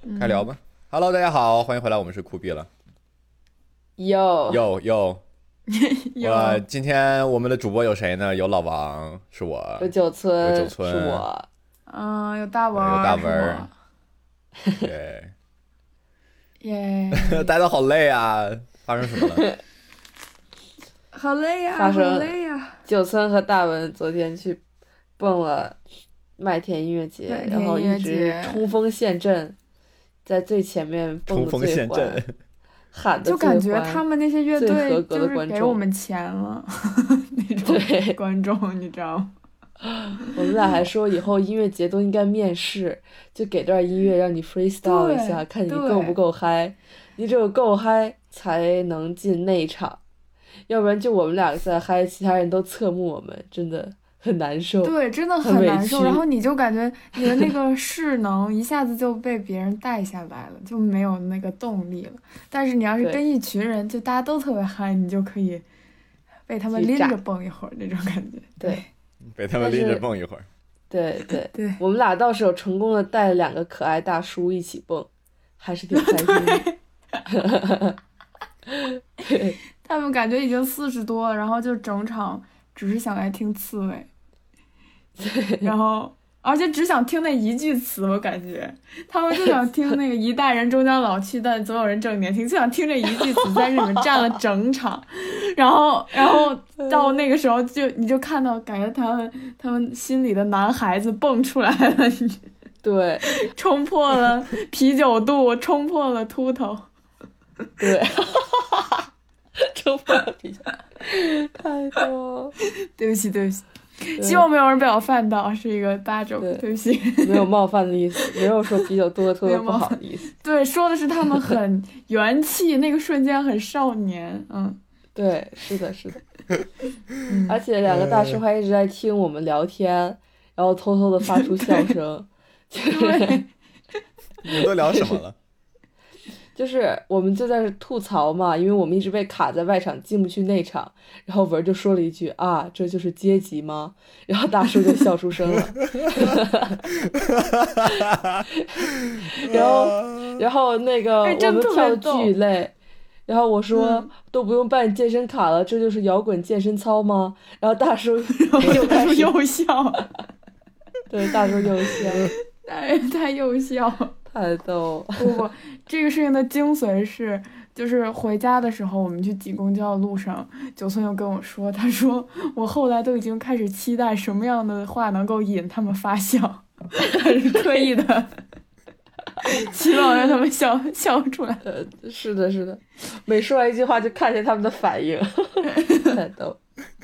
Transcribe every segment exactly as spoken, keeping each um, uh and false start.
开聊吧。Hello， 大家好，欢迎回来，我们是酷毙了。 有有有， 有我今天我们的主播有谁呢？有老王，是我； 有九村， 有九村， 是我。 嗯，有大文， 有大文儿， 对， 耶， 大家都好累啊！发生什么了？ 好累呀， 发生好累呀。 九村和大文昨天去蹦了麦田音乐节， 麦田然后音乐一直节冲锋陷阵，在最前面蹦冲锋的最欢， 陷阵， 喊的就感觉他们那些乐最合队格的观众就是给我们钱了，那种对观众，你知道吗？ 我们俩还说以后音乐节都应该面试，就给段音乐让你 freestyle 一下， 对看你对够不够嗨。你只有够嗨才能进内场，要不然就我们两个在嗨，其他人都侧目我们，真的很难受。 对，真的很委很难受。 屈然后你就感觉你的那个势能一下子就被别人带下来了，就没有那个动力了。但是你要是对跟一群人，就大家都特别嗨，你就可以被他们去炸拎着蹦一会儿那种感觉。 对被他们拎着蹦一会儿。 对对对， 我们俩到时候成功的带了两个可爱大叔一起蹦，还是挺开心的。对他们感觉已经四十多了，然后就整场只是想来听刺猬，然后而且只想听那一句词，我感觉他们就想听那个一代人终将老去，但总有人正年轻，就想听这一句词，在这里面站了整场，然后然后到那个时候就你就看到，感觉他们他们心里的男孩子蹦出来了， 对冲破了啤酒肚，冲破了秃头。 对，冲破了比较太多， 对不起，对不起， 对希望没有人被我犯到，是一个大众， 对对不起。 没有冒犯的意思，没有说啤酒多喝的不没有冒犯好的意思。 对，说的是他们很元气，那个瞬间很少年，嗯， 对，是的，是的。而且两个大叔还一直在听我们聊天，然后偷偷的发出笑声。 对， 你们都聊什么了？ 就是我们就在这吐槽嘛，因为我们一直被卡在外场进不去内场，然后文儿就说了一句啊，这就是阶级吗？然后大叔就笑出声了。然后然后那个我哎真特别们跳的逗巨累，然后我说、 嗯都不用办健身卡了，这就是摇滚健身操吗？然后大叔又开始又笑， 对大叔又笑， 太太又笑。 太逗。 不不，这个事情的精髓是，就是回家的时候，我们去挤公交的路上，九村又跟我说，他说我后来都已经开始期待什么样的话能够引他们发笑，他是刻意的。希望让他们笑笑出来。 呃，是的，是的，每说完一句话就看见他们的反应，太逗。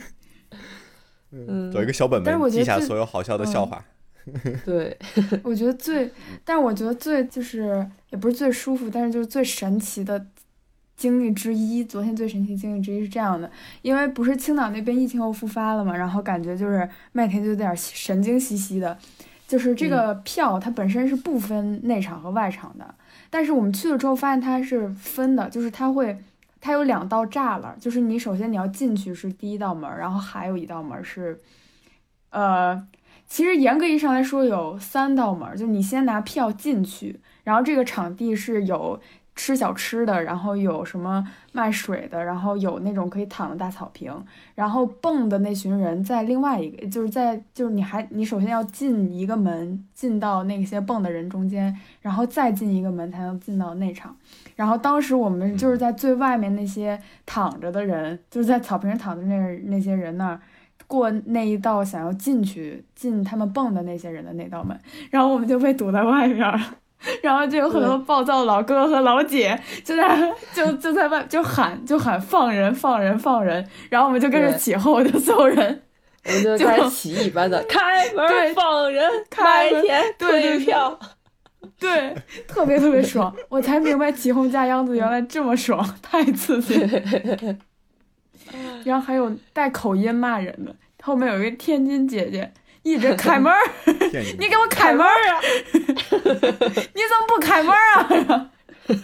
嗯， 走一个小本本， 但是我觉得最记下所有好笑的笑话。 对， 我觉得最，但是我觉得最就是也不是最舒服，但是就是最神奇的经历之一。昨天最神奇经历之一是这样的，因为不是青岛那边疫情又复发了嘛，然后感觉就是麦田就有点神经兮兮的，就是这个票它本身是不分内场和外场的，但是我们去了之后发现它是分的，就是它会。它有两道栅栏，就是你首先你要进去是第一道门，然后还有一道门是，呃。其实严格意义上来说有三道门，就你先拿票进去，然后这个场地是有吃小吃的，然后有什么卖水的，然后有那种可以躺的大草坪，然后蹦的那群人在另外一个，就是在就是你还你首先要进一个门，进到那些蹦的人中间，然后再进一个门才能进到内场。然后当时我们就是在最外面那些躺着的人，就是在草坪上躺着那那些人那儿。过那一道想要进去进他们蹦的那些人的那道门，然后我们就被堵在外面了，然后就有很多暴躁老哥和老姐就在就就在外就喊就喊放人放人放人，然后我们就跟着起哄，就所有人我们就开始起义般的开门放人， 开麦田退票， 对，特别特别爽，我才明白起哄架秧子原来这么爽，太刺激了。然后还有带口音骂人的，后面有一个天津姐姐一直开门儿，你给我开门儿啊！你怎么不开门儿啊？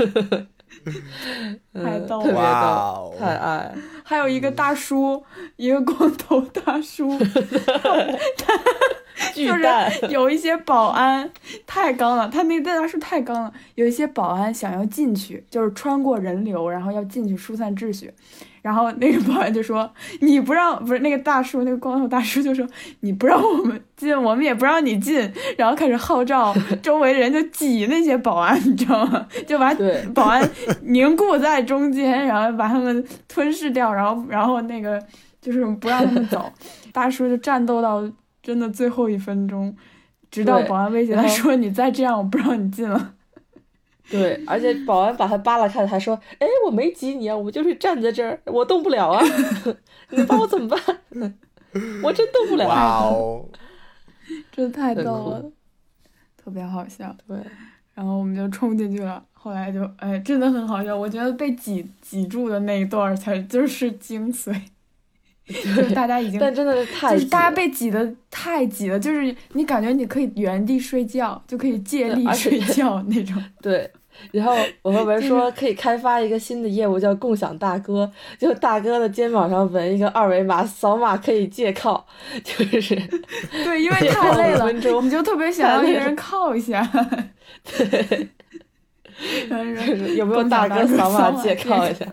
太逗了， 特别哇哦逗，太爱。 还有一个大叔，一个光头大叔，他巨蛋， 就是有一些保安太刚了，他那大树太刚了，有一些保安想要进去，就是穿过人流，然后要进去疏散秩序。然后那个保安就说：“你不让，不是那个大叔，那个光头大叔就说你不让我们进，我们也不让你进。”然后开始号召周围人就挤那些保安，你知道吗？就把保安凝固在中间，然后把他们吞噬掉，然后然后那个就是不让他们走。大叔就战斗到真的最后一分钟，直到保安威胁他说：“你再这样，我不让你进了。” 对，而且保安把他扒拉开了，还说：“哎，我没挤你啊，我就是站在这儿，我动不了啊，你把我怎么办？我真动不了。” 哇哦， 真的太逗了，特别好笑。对，然后我们就冲进去了，后来就哎，真的很好笑。我觉得被挤挤住的那一段才就是精髓，就是大家已经， 但真的是太挤了， 就是大家被挤得太挤了，就是你感觉你可以原地睡觉，就可以借力睡觉那种。 对。然后我和文说可以开发一个新的业务叫共享大哥，就大哥的肩膀上纹一个二维码，扫码可以借靠，就是对，因为太累了，你就特别想要一个人靠一下。对， 有没有大哥扫码借靠一下？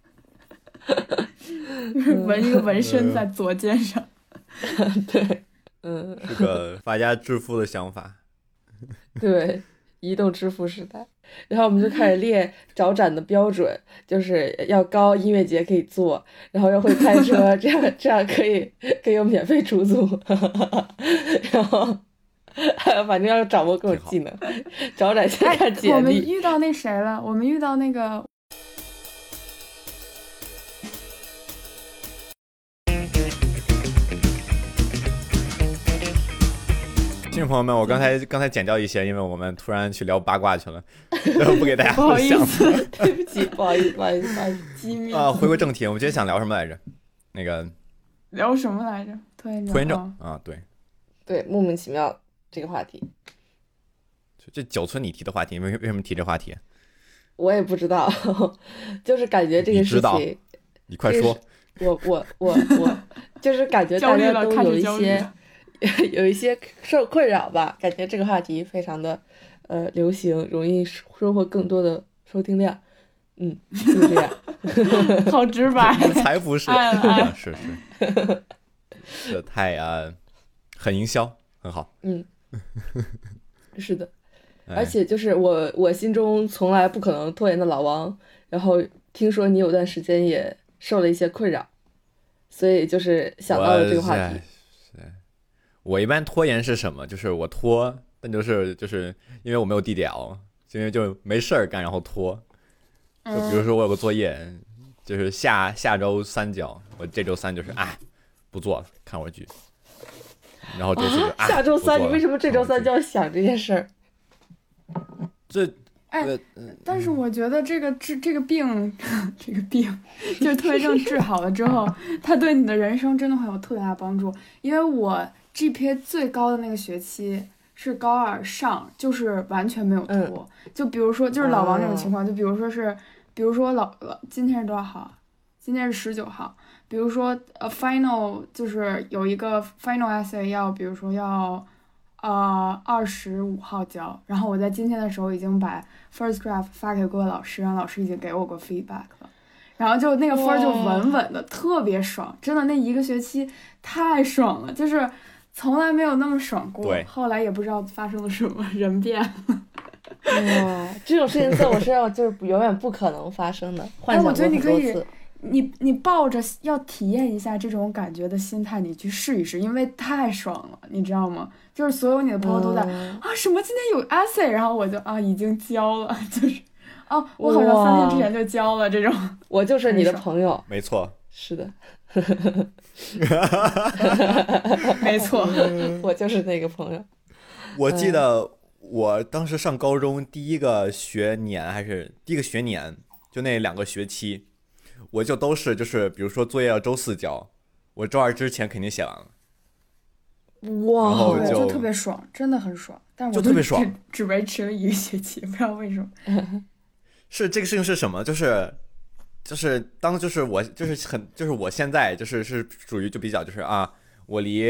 纹一个纹身在左肩上。 对，嗯， 这个发家致富的想法。 对，移动支付时代。然后我们就开始列找展的标准，就是要高，音乐节可以做，然后要会开车，这样这样可以可以有免费出租，然后反正要掌握各种技能。找展先看简历。 我们遇到那谁了？我们遇到那个。 听众朋友们，我刚才刚才剪掉一些，因为我们突然去聊八卦去了，然后不给大家分享。 不好意思， 对不起，不好意思，不好意思，不好意思， 机密啊。回归正题，我们今天想聊什么来着？那个聊什么来着？拖延症。 拖延症啊，对对，莫名其妙这个话题。 这九村你提的话题，为为什么提这话题？ 我也不知道，就是感觉这个事情。 你, 你快说。 我我我我就是感觉大家都有一些。有一些受困扰吧，感觉这个话题非常的呃流行，容易收获更多的收听量，嗯，就这样。 好直白。 才不是，啊、是是，这太啊，很营销，很好。 嗯，是的，而且就是我我心中从来不可能拖延的老王，然后听说你有段时间也受了一些困扰，所以就是想到了这个话题。 我一般拖延是什么？就是我拖，但就是就是因为我没有 D D L， 因为就没事儿干，然后拖。就比如说我有个作业，就是下下周三交，我这周三就是哎不做了，看会儿剧。然后这次就、啊、 下周三你为什么这周三就要想这件事儿？ 这哎，但是我觉得这个治这个病，这个病就是拖延症治好了之后，它对你的人生真的会有特别大的帮助。因为我 G P A 最高的那个学期是高二上，就是完全没有拖。嗯、就比如说，就是老王这种情况，哦、就比如说是，比如说老老今天是多少号？今天是十九号。比如说呃 final 就是有一个 final essay 要，比如说要。呃，二十五号交，然后我在今天的时候已经把 first draft 发给各位老师，然后老师已经给我过 feedback 了，然后就那个分就稳稳的，特别爽，真的那一个学期太爽了，就是从来没有那么爽过。后来也不知道发生了什么，人变了。 哇，这种事情在我身上就是永远不可能发生的，幻想过很多次。 我觉得你可以。你你抱着要体验一下这种感觉的心态，你去试一试，因为太爽了，你知道吗？就是所有你的朋友都在、嗯、啊什么今天有 essay， 然后我就啊已经交了，就是哦、啊、我好像三天之前就交了这种。 我就是你的朋友， 没错， 是的， 没错， 我就是那个朋友。 我记得我当时上高中第一个学年还是第一个学年，就那两个学期。我就都是就是比如说作业要周四交，我周二之前肯定写完了。 哇， 然后 就, 就特别爽，真的很爽。但我就特别爽， 只只维持了一个学期，不知道为什么。 是这个事情是什么？就是就是当就是我就是很就是我现在就是是属于就比较就是啊，我离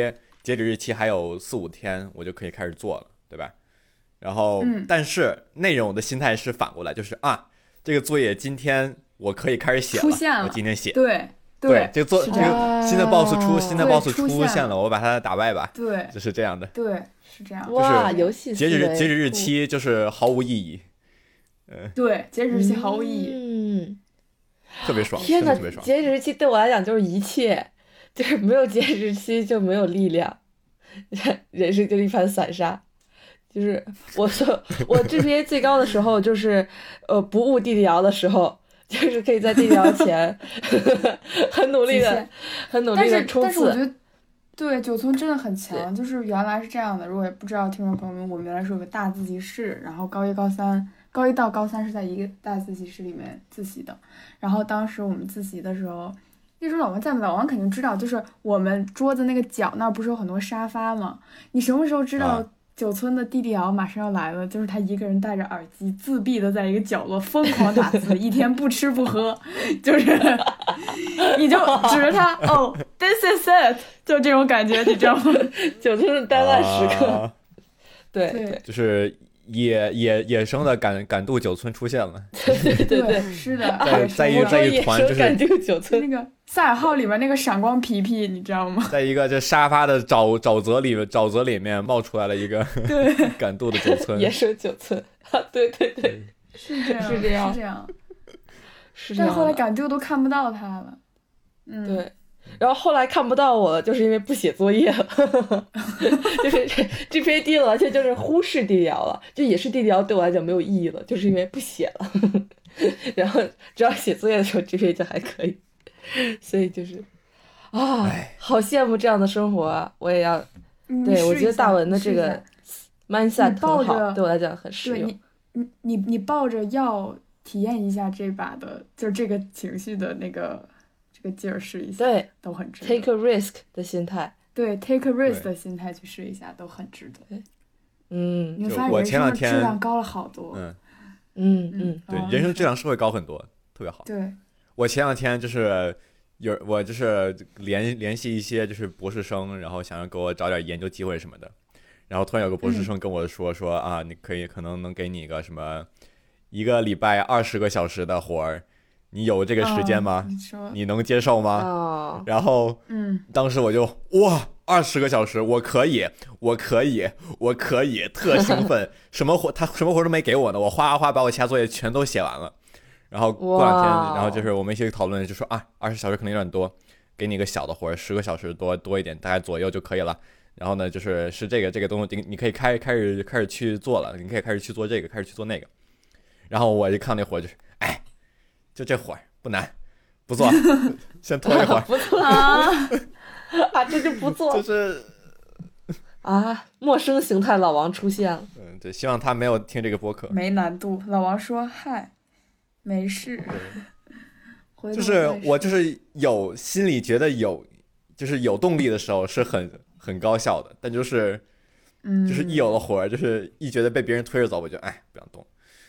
截止日期还有四五天，我就可以开始做了，对吧？然后， 嗯、 但是内容的心态是反过来，就是啊，这个作业今天我可以开始写了， 出现了我今天写。 对对，这个作这这个新的 boss 出，新的 boss 出出现了， 我把它打败吧。 对， 就是这样的。 对，是这样。 哇，游戏截止截止日期就是毫无意义。 呃，对，截止日期毫无意义。 嗯， 特别爽， 天哪， 特别爽！ 截止日期对我来讲就是一切，就是没有截止日期就没有力量，人生就一盘散沙。就是我所我 G P A 最高的时候，就是呃不误地理摇的时候。就是可以在地理摇前很努力的很努力的冲刺。 但是我觉得对九村真的很强，就是原来是这样的，如果也不知道听众朋友们，我们原来是有个大自习室，然后高一高三高一到高三是在一个大自习室里面自习的。然后当时我们自习的时候，那时候老王在吗？老王肯定知道，就是我们桌子那个角那儿不是有很多沙发吗？你什么时候知道、啊九村的地地摇马上要来了，就是他一个人戴着耳机自闭的在一个角落疯狂打字，一天不吃不喝，就是你就指着他哦 this is it， 就这种感觉，你知道吗？ 九村的呆烂时刻、 啊、 对对， 就是野野野生的感感度九村出现了。 对对对对，是的， 在在一在一团就是感度九村那个赛尔号里面那个闪光皮皮，你知道吗？ 在一个这沙发的沼沼泽里沼泽里面冒出来了一个感度的九村， 野生九村，对对对， 是这样， 是这样， 是这样， 是这样。 但后来感度都看不到他了，嗯， 对。然后后来看不到我了，就是因为不写作业了，就是 G P A 低了，而且就是忽视地理摇了，就也是地理摇对我来讲没有意义了，就是因为不写了。然后只要写作业的时候 G P A 就还可以，所以就是啊，好羡慕这样的生活啊！我也要，对，我觉得大文的这个 mindset 很好，对我来讲很实用。 你你你你抱着要体验一下这把的，就这个情绪的那个。这个劲儿试一下， 对， 都很值得。 take a risk 的心态， 对 take a risk 的心态去试一下都很值得。 嗯， 你会发现人生的质量高了好多。 嗯嗯嗯， 对，人生质量是会高很多，特别好。 对， 我前两天就是有我就是联联系一些就是博士生，然后想要给我找点研究机会什么的，然后突然有个博士生跟我说、嗯、说啊，你可以可能能给你一个什么一个礼拜二十个小时的活儿。你有这个时间吗？ 哦、 你, 你能接受吗？ 哦、 然后， 嗯， 当时我就哇，二十个小时，我可以，我可以，我可以，特兴奋。什么活他什么活都没给我呢，我哗哗哗把我其他作业全都写完了。然后过两天，然后就是我们一起讨论，就说啊，二十小时可能有点多，给你一个小的活，十个小时多多一点，大概左右就可以了。然后呢，就是是这个这个东西，你可以开开始开始去做了，你可以开始去做这个，开始去做那个。然后我一看那活就是，哎。就这会儿不难，不做，先拖一会儿。 不做啊，啊，这就不做， 就是啊，陌生形态老王出现了。 嗯，对，希望他没有听这个播客。 没难度，老王说嗨，没事。 就是我就是有心里觉得有，就是有动力的时候是很很高效的，但就是， 嗯， 就是一有了活儿，就是一觉得被别人推着走，我就哎不想动。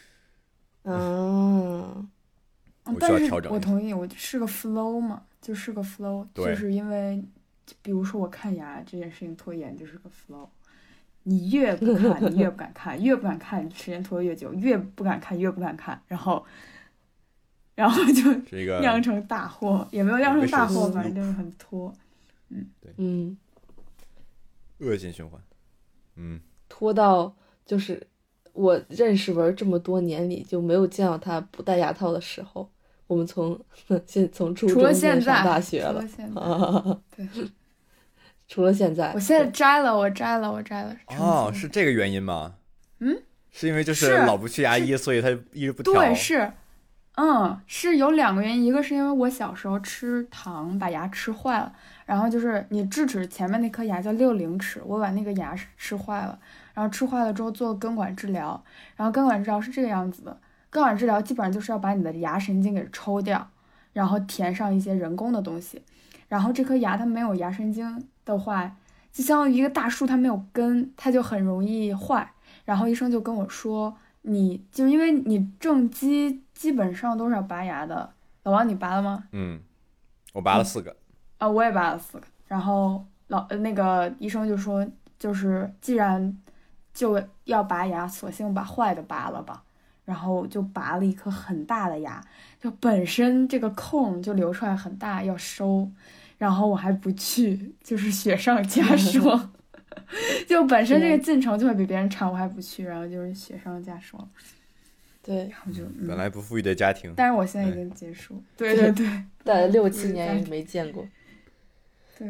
嗯。 我需要调整。 我同意，我是个 flow 嘛，就是个 flow，就是因为，比如说我看牙这件事情拖延就是个 flow， 你越不看，你越不敢看，越不敢看，时间拖得越久，越不敢看，越不敢看，然后，然后就酿成大祸，也没有酿成大祸，反正就是很拖，嗯， 对， 嗯， 恶性循环，嗯， 拖到就是我认识文这么多年里就没有见到他不戴牙套的时候。我们从现从初中上大学了， 除了现在，啊、对， 除了现在， 我现在摘了，我摘了，我摘了。 哦，是这个原因吗？ 嗯， 是因为就是老不去牙医，所以他一直不调。 对，是，嗯，是有两个原因，一个是因为我小时候吃糖把牙吃坏了，然后就是你智齿前面那颗牙叫六龄齿，我把那个牙吃坏了，然后吃坏了之后做根管治疗，然后根管治疗是这个样子的。根管治疗基本上就是要把你的牙神经给抽掉，然后填上一些人工的东西。然后这颗牙它没有牙神经的话，就相当于一个大树，它没有根，它就很容易坏。然后医生就跟我说，你就因为你正畸基本上都是要拔牙的。老王，你拔了吗？ 嗯，我拔了四个。 啊、嗯呃，我也拔了四个。然后老呃那个医生就说，就是既然就要拔牙，索性把坏的拔了吧。然后就拔了一颗很大的牙，就本身这个空就流出来很大，要收，然后我还不去，就是雪上加霜。就本身这个进程就会比别人长，我还不去，然后就是雪上加霜。 对， 然后就、嗯、 本来不富裕的家庭， 但是我现在已经结束。对对对， 待了六七年也没见过。 对。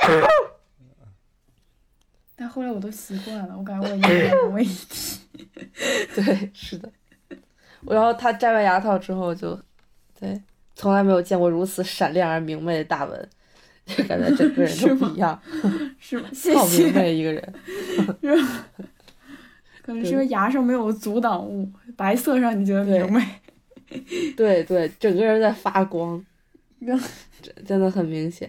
但后来我都习惯了，我感觉我已经融为一体。 对，是的。然后他摘完牙套之后就，对，从来没有见过如此闪亮而明媚的大纹，就感觉整个人都不一样， 是吗？谢谢。 好明媚一个人。 可能是因为牙上没有阻挡物，白色上你觉得明媚。 对对，整个人在发光，真的很明显。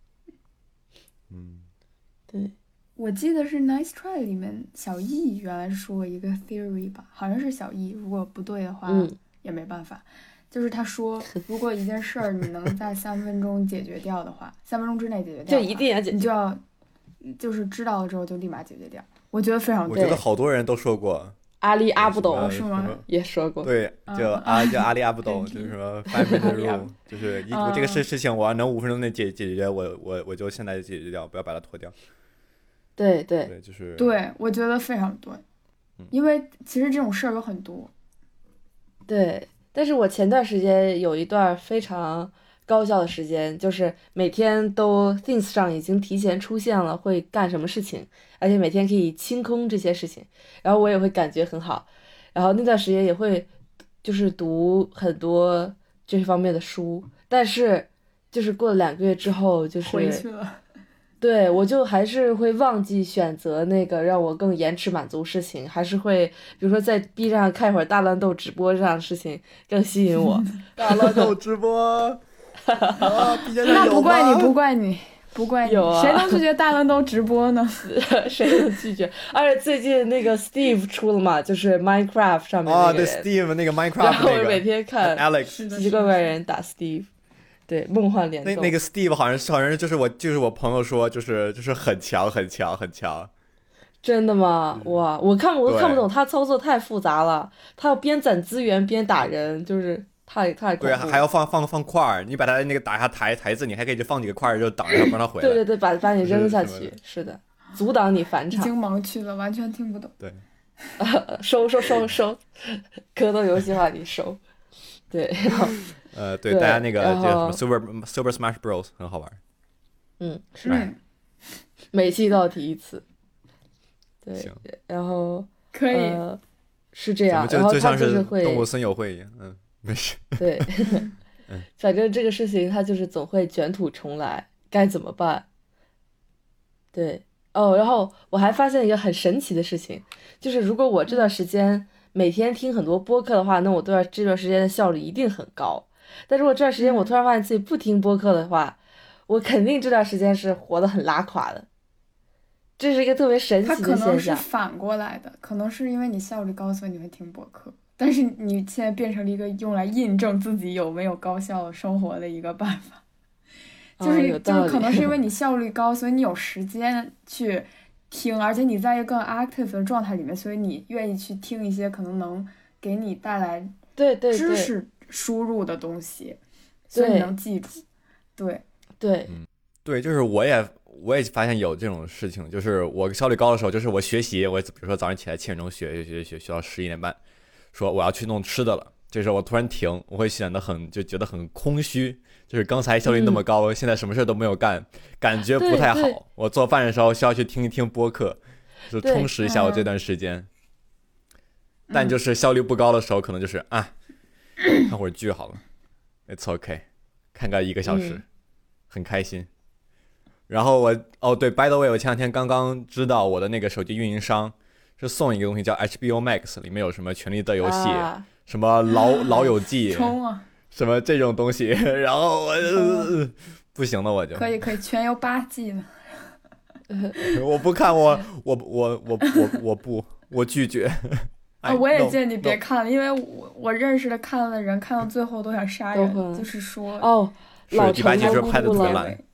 嗯， 对。 我记得是《Nice Try》里面小易原来说过一个 theory 吧，好像是小易，如果不对的话、 嗯、 也没办法。就是他说，如果一件事儿你能在三分钟解决掉的话，三分钟之内解决掉， 就一定要解决， 你就要就是知道了之后就立马解决掉。我觉得非常对。我觉得好多人都说过。 阿里阿不懂是吗？ 也说过。 对，叫阿叫阿里阿不懂，就是说 five minute rule， 就是一我这个事事情我要能五分钟内解解决，我我我就现在就解决掉，不要把它拖掉。 对对对，就是对，我觉得非常对，因为其实这种事儿有很多。 对，但是我前段时间有一段非常高效的时间，就是每天都 Things 上已经提前出现了会干什么事情，而且每天可以清空这些事情，然后我也会感觉很好，然后那段时间也会就是读很多这方面的书，但是就是过了两个月之后就是回去了。 对，我就还是会忘记选择那个让我更延迟满足事情，还是会比如说在 B 站看一会儿大乱斗直播这样的事情更吸引我。 大乱斗直播，啊、B 站那不怪你，不怪你，不怪你， 有啊、 谁能拒绝大乱斗直播呢？ 谁能拒绝？而且最近那个 Steve 出了嘛，就是 Minecraft 上面那个人。 啊，对 ，Steve 那个 Minecraft 然后那个。 每天看 Alex 奇奇怪怪人打 Steve。对，梦幻联动。 那那个 Steve 好像是好像就是我就是我朋友说就是就是很强很强很强。 真的吗？哇，我看我都看不懂，他操作太复杂了，他要边攒资源边打人，就是太太恐怖。 对，还要放放放块儿，你把他那个打下台台子，你还可以就放几个块儿就挡着他不让他回来。 对对对，把把你扔下去，是的，阻挡你返场。 已经盲区了，完全听不懂。 对， 收收收收，格斗游戏话题收。对，然后呃，对，大家那个叫什么 Super Super Smash Bros 很好玩。 嗯， 是。 每期都要提一次。对， 行， 然后可以、 呃、是这样，然后他就是会动物森友会一样，嗯，没事。 对，反正这个事情他就是总会卷土重来，该怎么办？对，哦，然后我还发现一个很神奇的事情，就是如果我这段时间每天听很多播客的话，那我对这段时间的效率一定很高。但如果这段时间我突然发现自己不听播客的话，我肯定这段时间是活得很拉垮的。这是一个特别神奇的现象。 它可能是反过来的，可能是因为你效率高，所以你会听播客。但是你现在变成了一个用来印证自己有没有高效生活的一个办法，就是、 哦、 就是可能是因为你效率高，所以你有时间去听，而且你在一个更 active 的状态里面，所以你愿意去听一些可能能给你带来对对知识输入的东西，所以你能记住。对对、 嗯，对，就是我也我也发现有这种事情，就是我效率高的时候，就是我学习，我比如说早上起来七点钟学学学学到十一点半，说我要去弄吃的了，这时候我突然停，我会显得很就觉得很空虚，就是刚才效率那么高、嗯、现在什么事都没有干，感觉不太好。我做饭的时候需要去听一听播客，就充实一下我这段时间。但就是效率不高的时候，可能就是啊，看会儿剧好了 ，It's OK， 看个一个小时，嗯、很开心。然后我哦对 ，by the way， 我前两天刚刚知道我的那个手机运营商是送一个东西叫 H B O Max， 里面有什么《权力的游戏》啊，什么老老友记， 啊、 什么这种东西，然后我、呃、不行了，我就可以可以全游八季了。 我不看，我我我我我我不我拒绝。 啊、我也建议你别看了， no, no. 因为我我认识的看了的人看到最后都想杀人，就是说哦，老第八季就是拍的特别烂。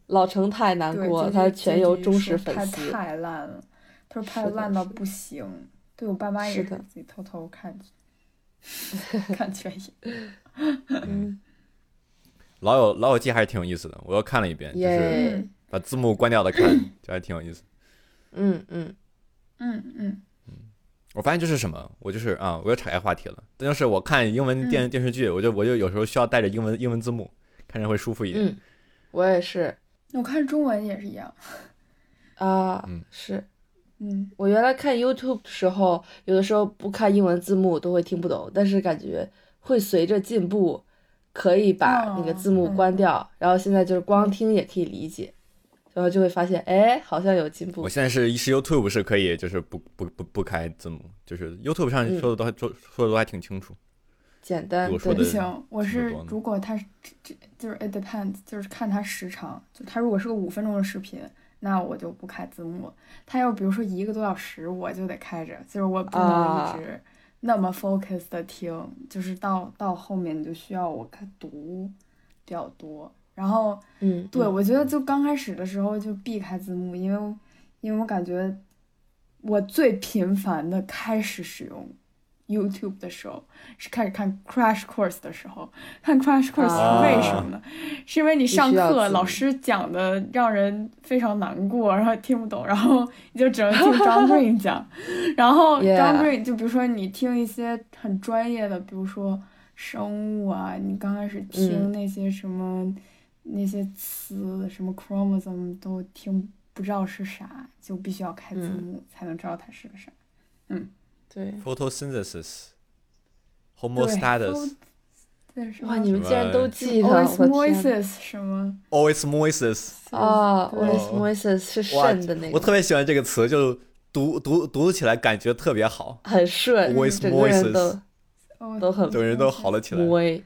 老程太难对， 过， 这他这全由忠这说拍实粉丝。 太烂了，他说拍是的烂到是的不行。对我爸妈也是是的自己偷偷看看全演。 嗯， 老友老友记还是挺有意思的，我又看了一遍，就是耶， 嗯把字幕关掉的看，就还挺有意思。 嗯嗯嗯嗯我发现就是什么，我就是啊，我又岔开话题了。但就是我看英文电、 嗯电视剧，我就我就有时候需要带着英文英文字幕，看着会舒服一点。 嗯，我也是我看中文也是一样。 啊， 嗯是嗯， 我原来看 YouTube 的时候，有的时候不看英文字幕都会听不懂，但是感觉会随着进步，可以把那个字幕关掉，然后现在就是光听也可以理解，然后就会发现，哎，好像有进步我。现在是是 YouTube 是可以，就是不不不不开字幕，就是 YouTube 上说的都还、说说的都还挺清楚。 简单， 比我说的对， 不行，我是这么多呢如果他是这就是 it depends，就是看他时长，就他如果是个五分钟的视频，那我就不开字幕。他要比如说一个多小时，我就得开着，就是我不能啊一直那么 focus 的听，就是到到后面就需要我看读比较多。然后嗯， 对， 嗯我觉得就刚开始的时候就避开字幕，因为因为我感觉我最频繁的开始使用 YouTube 的时候是开始看 Crash Course 的时候。看 Crash Course 啊为什么呢？是因为你上需要课字幕老师讲的让人非常难过，然后听不懂，然后你就只能听 John Green 讲。然后 Yeah John Green 就比如说你听一些很专业的，比如说生物啊，你刚开始听嗯那些什么。那些词什么 chromosome 都听不知道是啥，就必须要开字幕才能知道它是个啥。嗯， 对， Photosynthesis, 对 homostasis, 对什么哇，你们竟然都记得， osmosis 什么 osmosis。 啊对 ，osmosis 是哇肾的那个， 我特别喜欢这个词，就读读读起来感觉特别好， 很顺， Osmosis 整个人都哦都很整个人都好了起来。 微。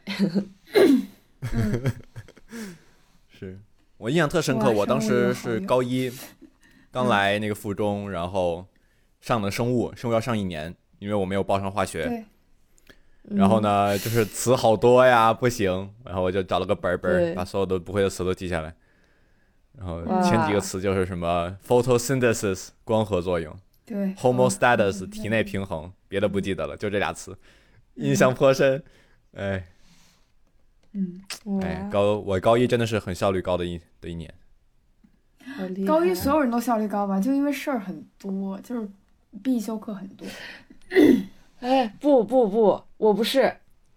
是我印象特深刻， 哇我当生物也时是好用高一，刚来那个附中，然后上的生物，生物要上一年，因为我没有报上化学。 对， 然后呢，就是词好多呀，不行，然后我就找了个本本对儿，把所有的不会的词都记下来。然后哇前几个词就是什么 photosynthesis 光合作用对 ，homostasis 嗯体内平衡，别的不记得了，就这俩词，印象颇深。哎嗯， 哎， 哇， 高我高一真的是很效率高的一的一年。 好厉害高一所有人都效率高吧，就因为事儿很多，就是必修课很多。 哎，不不不，我不是，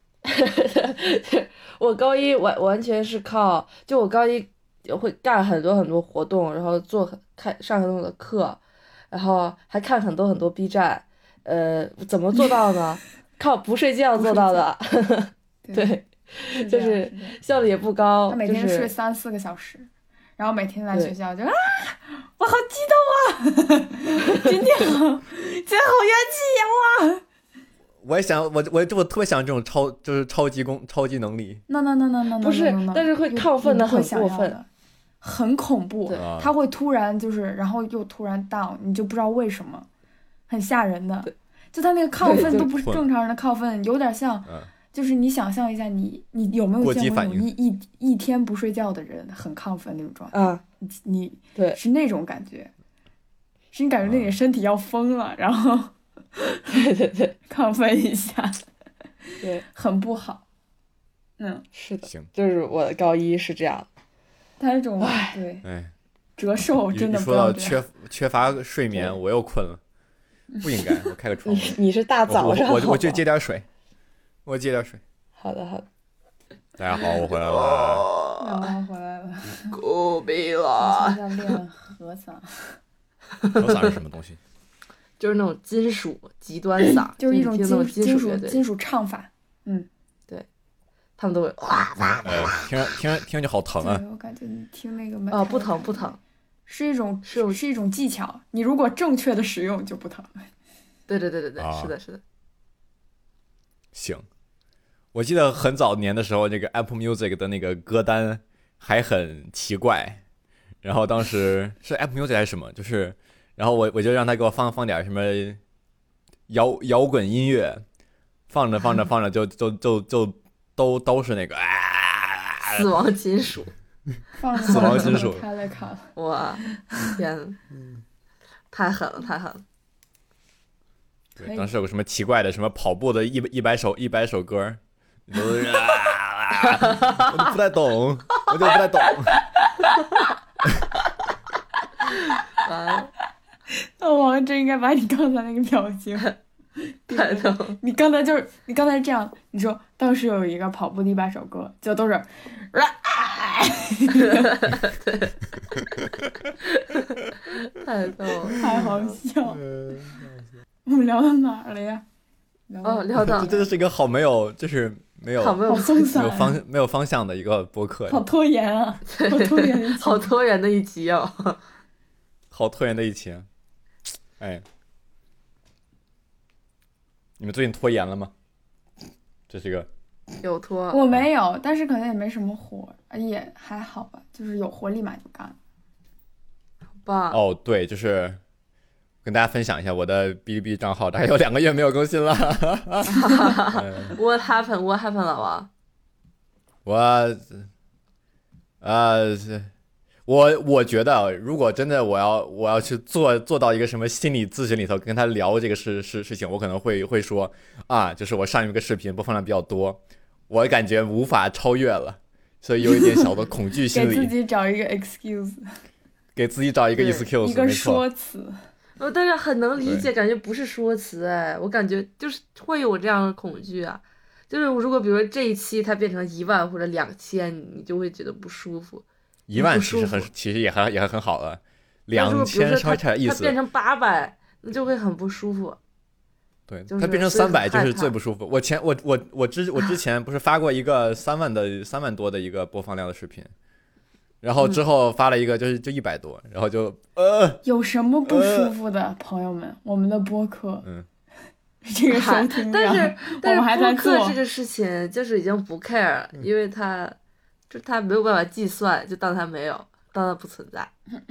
我高一完完全是靠，就我高一会干很多很多活动，然后做很看上很多的课，然后还看很多很多 B 站，呃，怎么做到呢？靠不睡觉做到的，对， 是这样就是是这样效率也不高， 他每天就是睡三四个小时，然后每天来对学校就啊，我好激动啊！今天好，今天好元气呀！哇我也想，我我我特别想这种超就是超级功超级能力。 ，no no no no no， 不是但是会亢奋得很过分， 很恐怖对。 啊他会突然就是，然后又突然 down，你就不知道为什么，很吓人的。就他那个亢对就奋都不是正常人的亢奋，有点像， 嗯， 就是你想象一下你，你有没有过激见过那反应种一一一天不睡觉的人很亢奋那种状态？ 啊， 你你对是那种感觉，是你感觉你的身体要疯了，然后对对对亢奋一下， 对， 很不好。嗯， 是的， 行， 就是我的高一是这样， 他这种对哎， 折寿一真的一说到不要这样。 缺缺乏睡眠， 对我又困了，不应该，我开个窗你户。 是你是大我早上我我我去好吗接点水，我接点水。 好的好的， 大家好，我回来了。 然后回来了， 够逼我了现，在练和嗓， 和嗓是什么东西？ 就是那种金属极端嗓， 就是一种你听那种金金属乐队， 金属唱法。嗯， 他们都会哇哇呃，听着听着听着就好疼啊！ 对，我感觉你听那个哦，不疼不疼， 是一种是有是一种技巧，你如果正确的使用就不疼。 对对对对对， 啊是的是的， 行，我记得很早年的时候，这个 Apple Music 的那个歌单还很奇怪，然后当时是 Apple Music 还是什么，就是然后我我就让他给我放放点什么摇摇滚音乐，放着放着放着就就就就都都是那个啊， 死亡金属， 放死亡金属开了卡了。 哇，天呐，太狠了，太狠了。 对，当时有个什么奇怪的什么跑步的一一百首一百首歌，你都是啊，我就不太懂，我就不太懂。 完了， 那我真应该把你刚才那个表情， 太逗了。 你刚才就是你刚才是这样，你说当时有一个跑步的一百首歌，就都是， 太逗了。 太好笑。我们聊到哪儿了呀？ 哦，聊到这真的是一个好没有，就是没有好没有好松散没有方没有方向的一个播客， 好拖延啊，好拖延的一期好拖延的一集哦。 好拖延的一期。哎，你们最近拖延了吗？这是一个有拖， 我没有，但是可能也没什么活，也还好吧，就是有活立马就干。 棒。 哦，对，就是跟大家分享一下我的哔哩哔哩账号，大概有两个月没有更新了。嗯 What happened? What happened 了哇？ 我，呃，我我觉得，如果真的我要我要去做做到一个什么心理咨询里头跟他聊这个事事事情，我可能会会说啊，就是我上一个视频播放量比较多，我感觉无法超越了，所以有一点小的恐惧心理， 给自己找一个 excuse， 给自己找一个对 excuse， 一个没错说辞。 我但是很能理解，感觉不是说辞哎，我感觉就是会有这样的恐惧啊。就是如果比如说这一期它变成一万或者两千，你就会觉得不舒服。 一万不舒服其实很其实也还也还很好了， 但如两千果比如说稍微差点意思它它变。成八百，那就会很不舒服。 对， 就是它变成所以三百就是很害怕最不舒服。我前我我我之我之前不是发过一个三万的三万多的一个播放量的视频，然后之后发了一个就是就一百多，然后就呃有什么不舒服的，朋友们？我们的播客， 嗯， 这个收听量， 但是我但们还在是播客做这个事情就是已经不 care 了，因为它就它没有办法计算，就当它没有，当它不存在。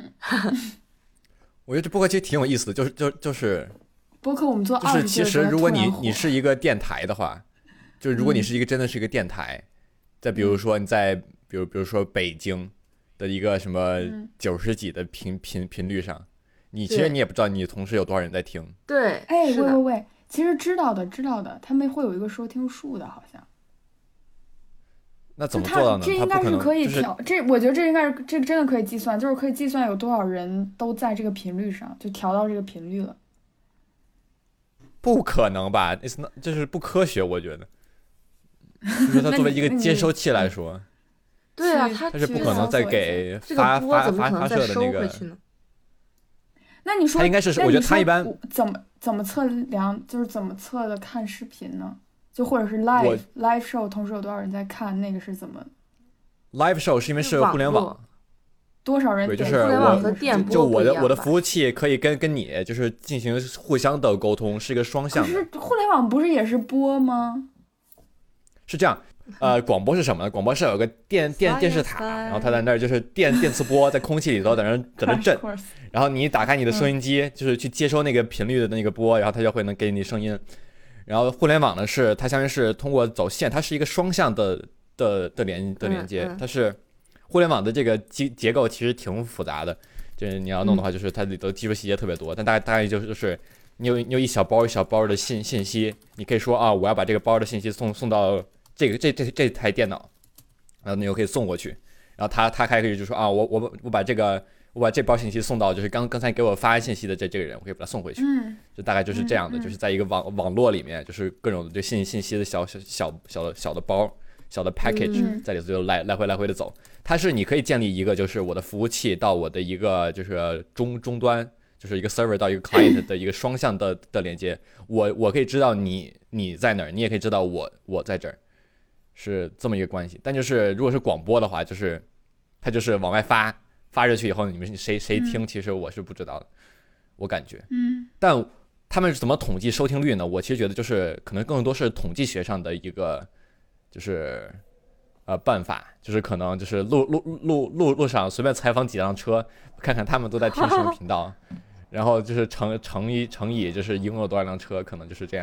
我觉得这播客其实挺有意思的，就是就就是播客我们做就二十是其实如果你你是是一个电台的话，就是如果你是一个真的是一个电台，再比如说你在比如比如说北京的一个什么嗯九十几的频频频率上，你其实对你也不知道你同时有多少人在听。 对， 哎， 是的喂喂喂，其实知道的知道的，他们会有一个收听数的，好像。 那怎就它么做到呢？ 这应该它不可能可以就是调，这我觉得这应该是这真的可以计算，就是可以计算有多少人都在这个频率上，就调到这个频率了。 不可能吧？那这是不科学，我觉得。就是它作为一个接收器来说， 对啊， 去它它是不可能再给这发个波怎么发发发可能再收射的那个。 回去呢？ 那你说， 它应该是那我觉得你说它一般我怎么怎么测量，就是怎么测的看视频呢？就或者是我 live live show 同时有多少人在看，那个是怎么 live show 是因为是互联网网， 多少人对，就是点开互联网我和电波就我的不一样吧我的服务器可以跟跟你就是进行互相的沟通，是一个双可向的。 是互联网不是也是播吗？ 是这样，呃，广播是什么呢？广播是有个电电电视塔，然后它在那儿就是电电磁波在空气里头在那儿在那儿震 Crash，course 然后你打开你的收音机，就是去接收那个频率的那个波，然后它就会能给你声音。然后互联网呢是它相当于是通过走线，它是一个双向的的的连的连接， 嗯嗯它是互联网的这个结结构其实挺复杂的，就是你要弄的话，就是它里头技术细节特别多，但大概大概就是就是你有你有一小包一小包的信信息，你可以说啊，我要把这个包的信息送送到这个这这这台电脑，然后你就可以送过去，然后他他还可以就说啊，我我我把这个我把这包信息送到就是刚刚才给我发信息的这这个人，我可以把他送回去， 嗯， 就大概就是这样的， 嗯嗯就是在一个网网络里面，就是各种对信信息的小小小小的小的包。小的 package 嗯在里头就来来回来回的走，它是你可以建立一个就是我的服务器到我的一个就是终终端，就是一个 server 到一个 client 的一个双向的的连接，我我可以知道你你在哪儿，你也可以知道我我在这儿，是这么一个关系。但就是如果是广播的话，就是它就是往外发发出去以后，你们谁谁听，其实我是不知道的，我感觉。 嗯但他们是怎么统计收听率呢？我其实觉得就是可能更多是统计学上的一个。就是呃办法，就是可能就是路路路路路上随便采访几辆车，看看他们都在听什么频道，然后就是乘乘以乘以就是一共有多少辆车，可能就是这样，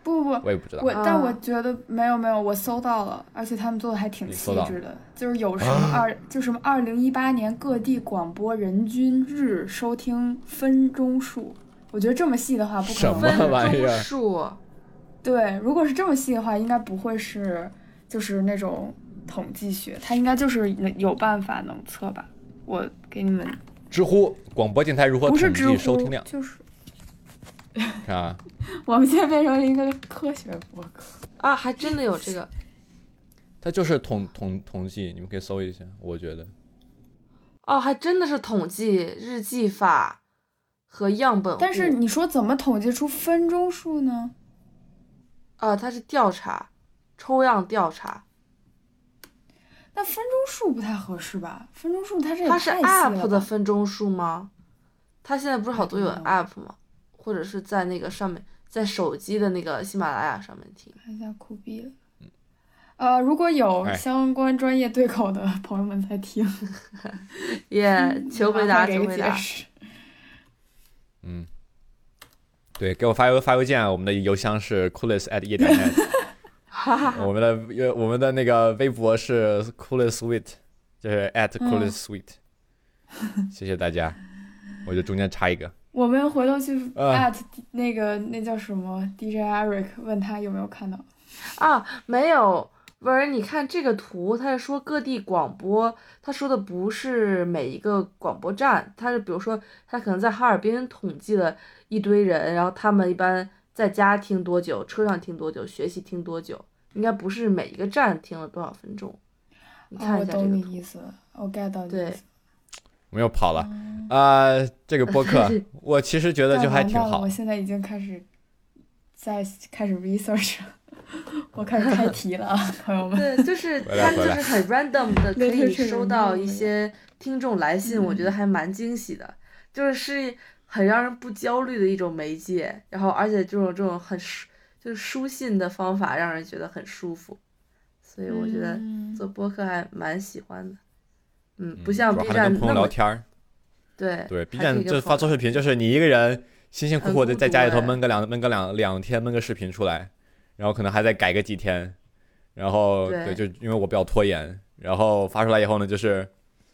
不不不， 我也不知道。 我但我啊觉得没有没有，我搜到了，而且他们做的还挺细你搜到致的，就是有什么二、就什么二零一八年各地广播人均日收听分钟数，我觉得这么细的话不可什么能是。 玩意儿分钟数， 对，如果是这么细的话，应该不会是就是那种统计学，它应该就是有办法能测吧。我给你们知乎广播电台如何统不是知乎计收听量？ 就是是吧？ 我们现在变成了一个科学博客。 啊，还真的有这个它就是统统统计，你们可以搜一下。我觉得哦，还真的是统计日计法和样本户。 但是你说怎么统计出分钟数呢？ 啊，它是调查，抽样调查， 那分钟数不太合适吧？分钟数它这也它是太细了 app 的吧分钟数吗？它现在不是好多有 app 吗？或者是在那个上面，在手机的那个喜马拉雅上面听。 看一下酷毙了。呃，如果有哎相关专业对口的朋友们在听， 耶，求回答， 麻烦给个求回答。 解释。 嗯，对，给我发邮发邮件啊，我们的邮箱是 coolest at 夜点 net，我们的我们的那个微博是 coolest sweet，就是 at coolest sweet，、谢谢大家，我就中间插一个。 我们回头去呃 at 那个那叫什么 D J Eric，问他有没有看到。 啊，没有，不是，你看这个图，它是说各地广播，他说的不是每一个广播站，他是比如说，他可能在哈尔滨统计了一堆人，然后他们一般在家听多久，车上听多久，学习听多久，应该不是每一个站听了多少分钟。你哦， 看我懂一下这个图。 你意思了，我 get 到你意对思。 我们又跑了啊、呃这个播客我其实觉得就还挺好但完蛋了我。现在已经开始在开始 research 了，我开始开题了啊，朋友们。 对，就是回来回来它就是很 random 的，可以 Literature 收到 review 一些听众来信，我觉得还蛮惊喜的，就是是很让人不焦虑的一种媒介，然后而且这种这种很书就是书信的方法让人觉得很舒服，所以我觉得嗯做播客还蛮喜欢的，嗯，不嗯像主 B 要还能跟朋友站那么聊天儿。 对对，B 还可以站就跟朋友发做视频，就是你一个人辛辛苦苦的很孤在家里头独哎闷个两闷个两两天，闷个视频出来，然后可能还再改个几天，然后对就因为我比较拖延，然后发出来以后呢，就是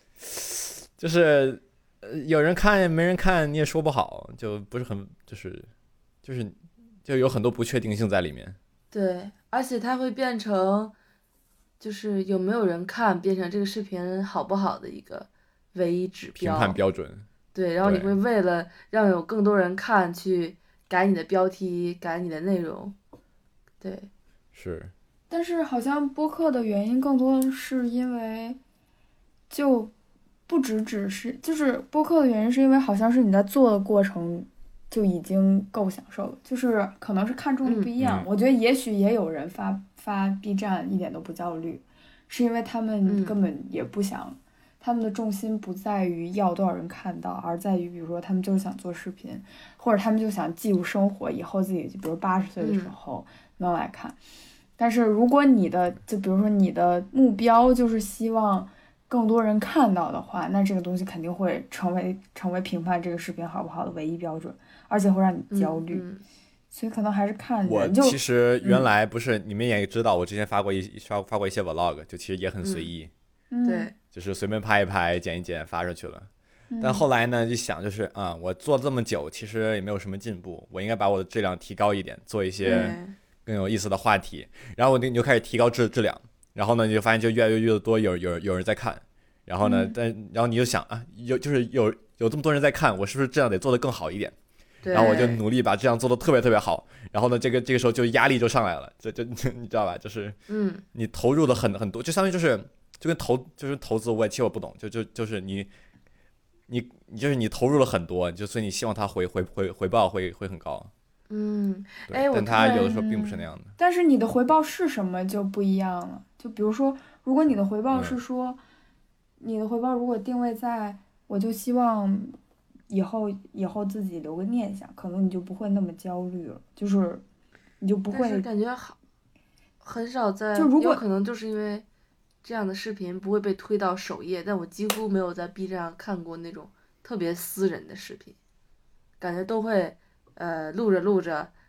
就是呃有人看没人看你也说不好，就不是很就是就是就有很多不确定性在里面。 对，而且它会变成，就是有没有人看，变成这个视频好不好的一个唯一指评标。 判标准。 对，然后你对会为了让有更多人看，去改你的标题，改你的内容。对， 是， 但是好像播客的原因更多是因为，就不只只是就是播客的原因，是因为好像是你在做的过程就已经够享受了，就是可能是看重的不一样。 嗯嗯我觉得也许也有人发发 B 站一点都不焦虑，是因为他们嗯根本也不想，他们的重心不在于要多少人看到，而在于比如说他们就是想做视频，或者他们就想记录生活，以后自己比如八十岁的时嗯候能来看。但是如果你的就比如说你的目标就是希望更多人看到的话，那这个东西肯定会成为成为评判这个视频好不好的唯一标准，而且会让你焦虑。 嗯所以可能还是看我人，就其实原来不是、你们也知道，我之前发过一发发过一些 vlog，就其实也很随意， 嗯对， 就是随便拍一拍、剪一剪发出去了。 嗯但后来呢，就想就是啊、我做这么久，其实也没有什么进步，我应该把我的质量提高一点，做一些对， 更有意思的话题。然后我就你就开始提高质质量，然后呢，你就发现就越来越越多有有有人在看，然后呢， 嗯但然后你就想啊，有就是有有这么多人在看，我是不是这样得做得更好一点？ 对， 然后我就努力把这样做的特别特别好，然后呢，这个这个时候就压力就上来了，这这你知道吧？就是嗯你投入的很很多，就相当于就是就跟投就是投资，我也其实我不懂，就就就是你你你就是你投入了很多，就所以你希望它回回回回报会会很高， 嗯， 对， 哎，我但突然它有的时候并不是那样的。 但是你的回报是什么就不一样了。就比如说，如果你的回报是嗯说，你的回报如果定位在，我就希望以后以后自己留个念想，可能你就不会那么焦虑了，就是你就不但是会感觉好很少在， 就如果有可能就是因为这样的视频不会被推到首页，但我几乎没有在 B 站上看过那种特别私人的视频，感觉都会呃录着录着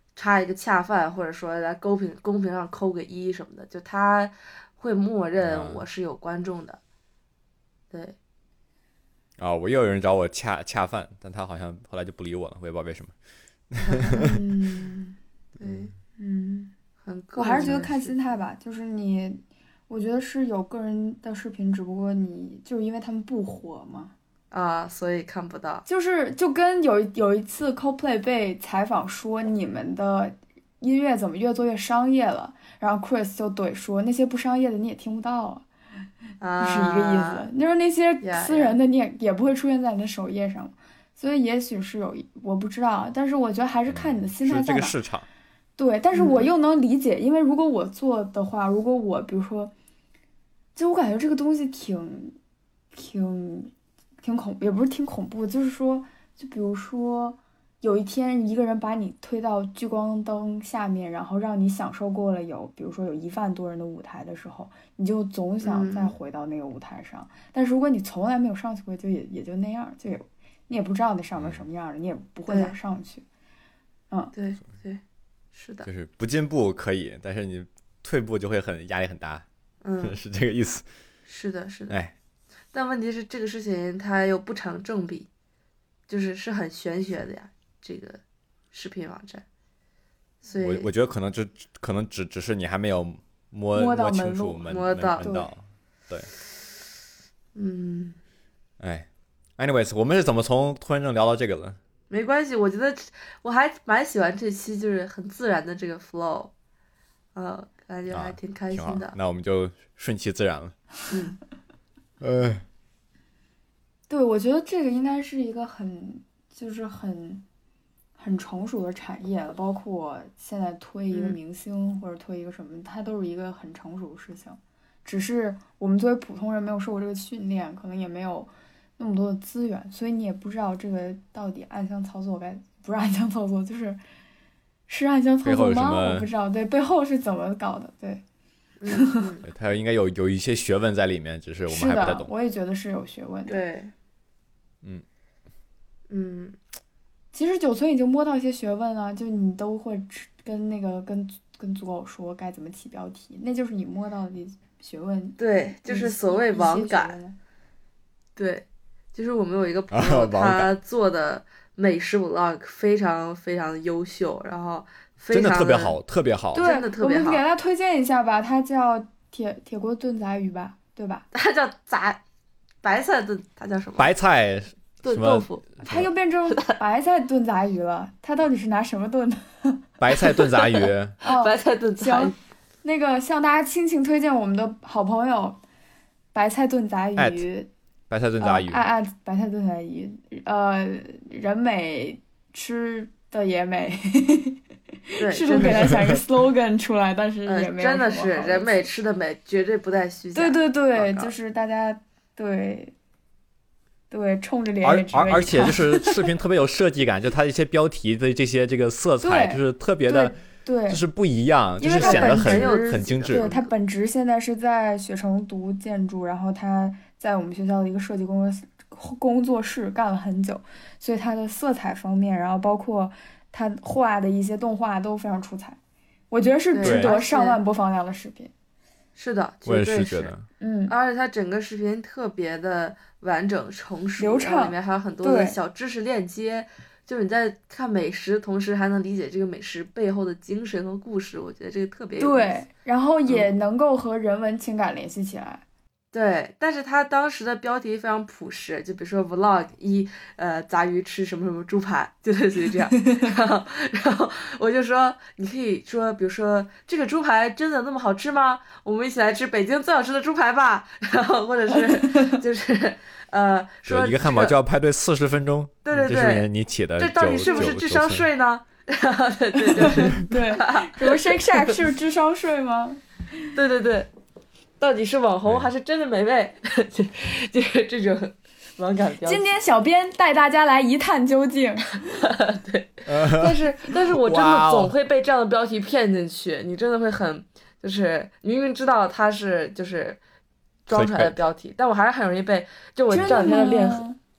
插一个恰饭，或者说在公屏公屏上扣个一什么的，就他会默认我是有观众的。对。 啊，我又有人找我恰恰饭，但他好像后来就不理我了，我也不知道为什么。 嗯， 对， 嗯， 很我还是觉得看心态吧，就是你，我觉得是有个人的视频，只不过你就是因为他们不火嘛。 啊，所以看不到。 就是就跟有有一次 Coldplay 被采访说你们的音乐怎么越做越商业了，然后 Chris 就怼说那些不商业的你也听不到啊。 啊， 是一个意思，就是那些私人的你也 yeah, yeah. 也不会出现在你的首页上，所以也许是有我不知道，但是我觉得还是看你的心态在哪。 是这个市场。 对，但是我又能理解，嗯、因为如果我做的话，如果我比如说，就我感觉这个东西挺挺挺恐，也不是挺恐怖，就是说，就比如说。有一天一个人把你推到聚光灯下面，然后让你享受过了有比如说有一万多人的舞台的时候，你就总想再回到那个舞台上、嗯、但是如果你从来没有上去过，就也也就那样，就也你也不知道那上面什么样的、嗯、你也不会想上去。嗯， 对对，是的， 就是不进步可以，但是你退步就会很压力很大。 嗯， 是这个意思。 是的是的。 哎， 但问题是这个事情它又不成正比，就是是很玄学的呀，这个视频网站，所以我我觉得可能就可能只只是你还没有摸摸到清楚门摸到门道，对， 嗯， 哎 ，anyways， 我们是怎么从拖延症聊到这个的？ 没关系，我觉得我还蛮喜欢这期，就是很自然的这个 flow， 呃，感觉还挺开心的。 啊、那我们就顺其自然了。 嗯， 呃， 对，我觉得这个应该是一个很。就是很很成熟的产业了，包括现在推一个明星或者推一个什么、嗯、它都是一个很成熟的事情，只是我们作为普通人没有受过这个训练，可能也没有那么多的资源，所以你也不知道这个到底暗箱操作该不是暗箱操作，就是是暗箱操作吗？我不知道，对，背后是怎么搞的，对。 嗯， 它应该有有一些学问在里面，只是我们还不太懂。 我也觉得是有学问的。 对， 嗯。 嗯， 其实九村已经摸到一些学问了，就你都会跟那个跟跟组偶说该怎么起标题，那就是你摸到的学问。 对，就是所谓网感。对，就是我们有一个朋友，他做的美食 vlog 非常非常优秀，然后非常真的特别好，特别好， 对， 真的特别好。 我们给他推荐一下吧，他叫铁铁锅炖杂鱼吧，对吧？ 他叫杂白菜炖，他叫什么？ 白菜。 炖豆腐， 他又变成白菜炖杂鱼了。他到底是拿什么炖的？ 白菜炖杂鱼。 哦， 白菜炖杂鱼。 行，那个向大家亲情推荐我们的好朋友，白菜炖杂鱼。 白菜炖杂鱼。 爱爱白菜炖杂鱼。呃，人美吃的也美。 对， 试图给他想一个 slogan 出来，但是也没有、 嗯。真的是人美吃的美，绝对不带虚假。 对对对，就是大家对。对，冲着脸而而而且就是视频特别有设计感，就它一些标题的这些这个色彩就是特别的， 对， 就是不一样，就是显得很很精致。 对，它本职现在是在雪城读建筑，然后他在我们学校的一个设计工作工作室干了很久，所以它的色彩方面，然后包括他画的一些动画都非常出彩，我觉得是值得上万播放量的视频。 是的， 我也是觉得， 嗯， 而且它整个视频特别的完整成熟， 流畅， 里面还有很多的小知识链接，就是你在看美食，同时还能理解这个美食背后的精神和故事，我觉得这个特别有意思。 对，然后也能够和人文情感联系起来。 嗯对，但是他当时的标题非常朴实，就比如说 vlog 一，呃，杂鱼吃什么什么猪排，就类似于这样。然后，然后我就说，你可以说，比如说这个猪排真的那么好吃吗？我们一起来吃北京最好吃的猪排吧。然后，或者是就是呃，说、这个、 一个汉堡就要排队四十分钟。 对对对， 这是你起的。 这到底是不是智商税呢？对对就是对，什么 Shake Shack 是智商税吗？ 对对对。到底是网红还是真的美味？就就是这种网感标题。 今天小编带大家来一探究竟。 对，但是但是我真的总会被这样的标题骗进去，你真的会很就是你明明知道它是就是装出来的标题，但我还是很容易被。就我这两天的练，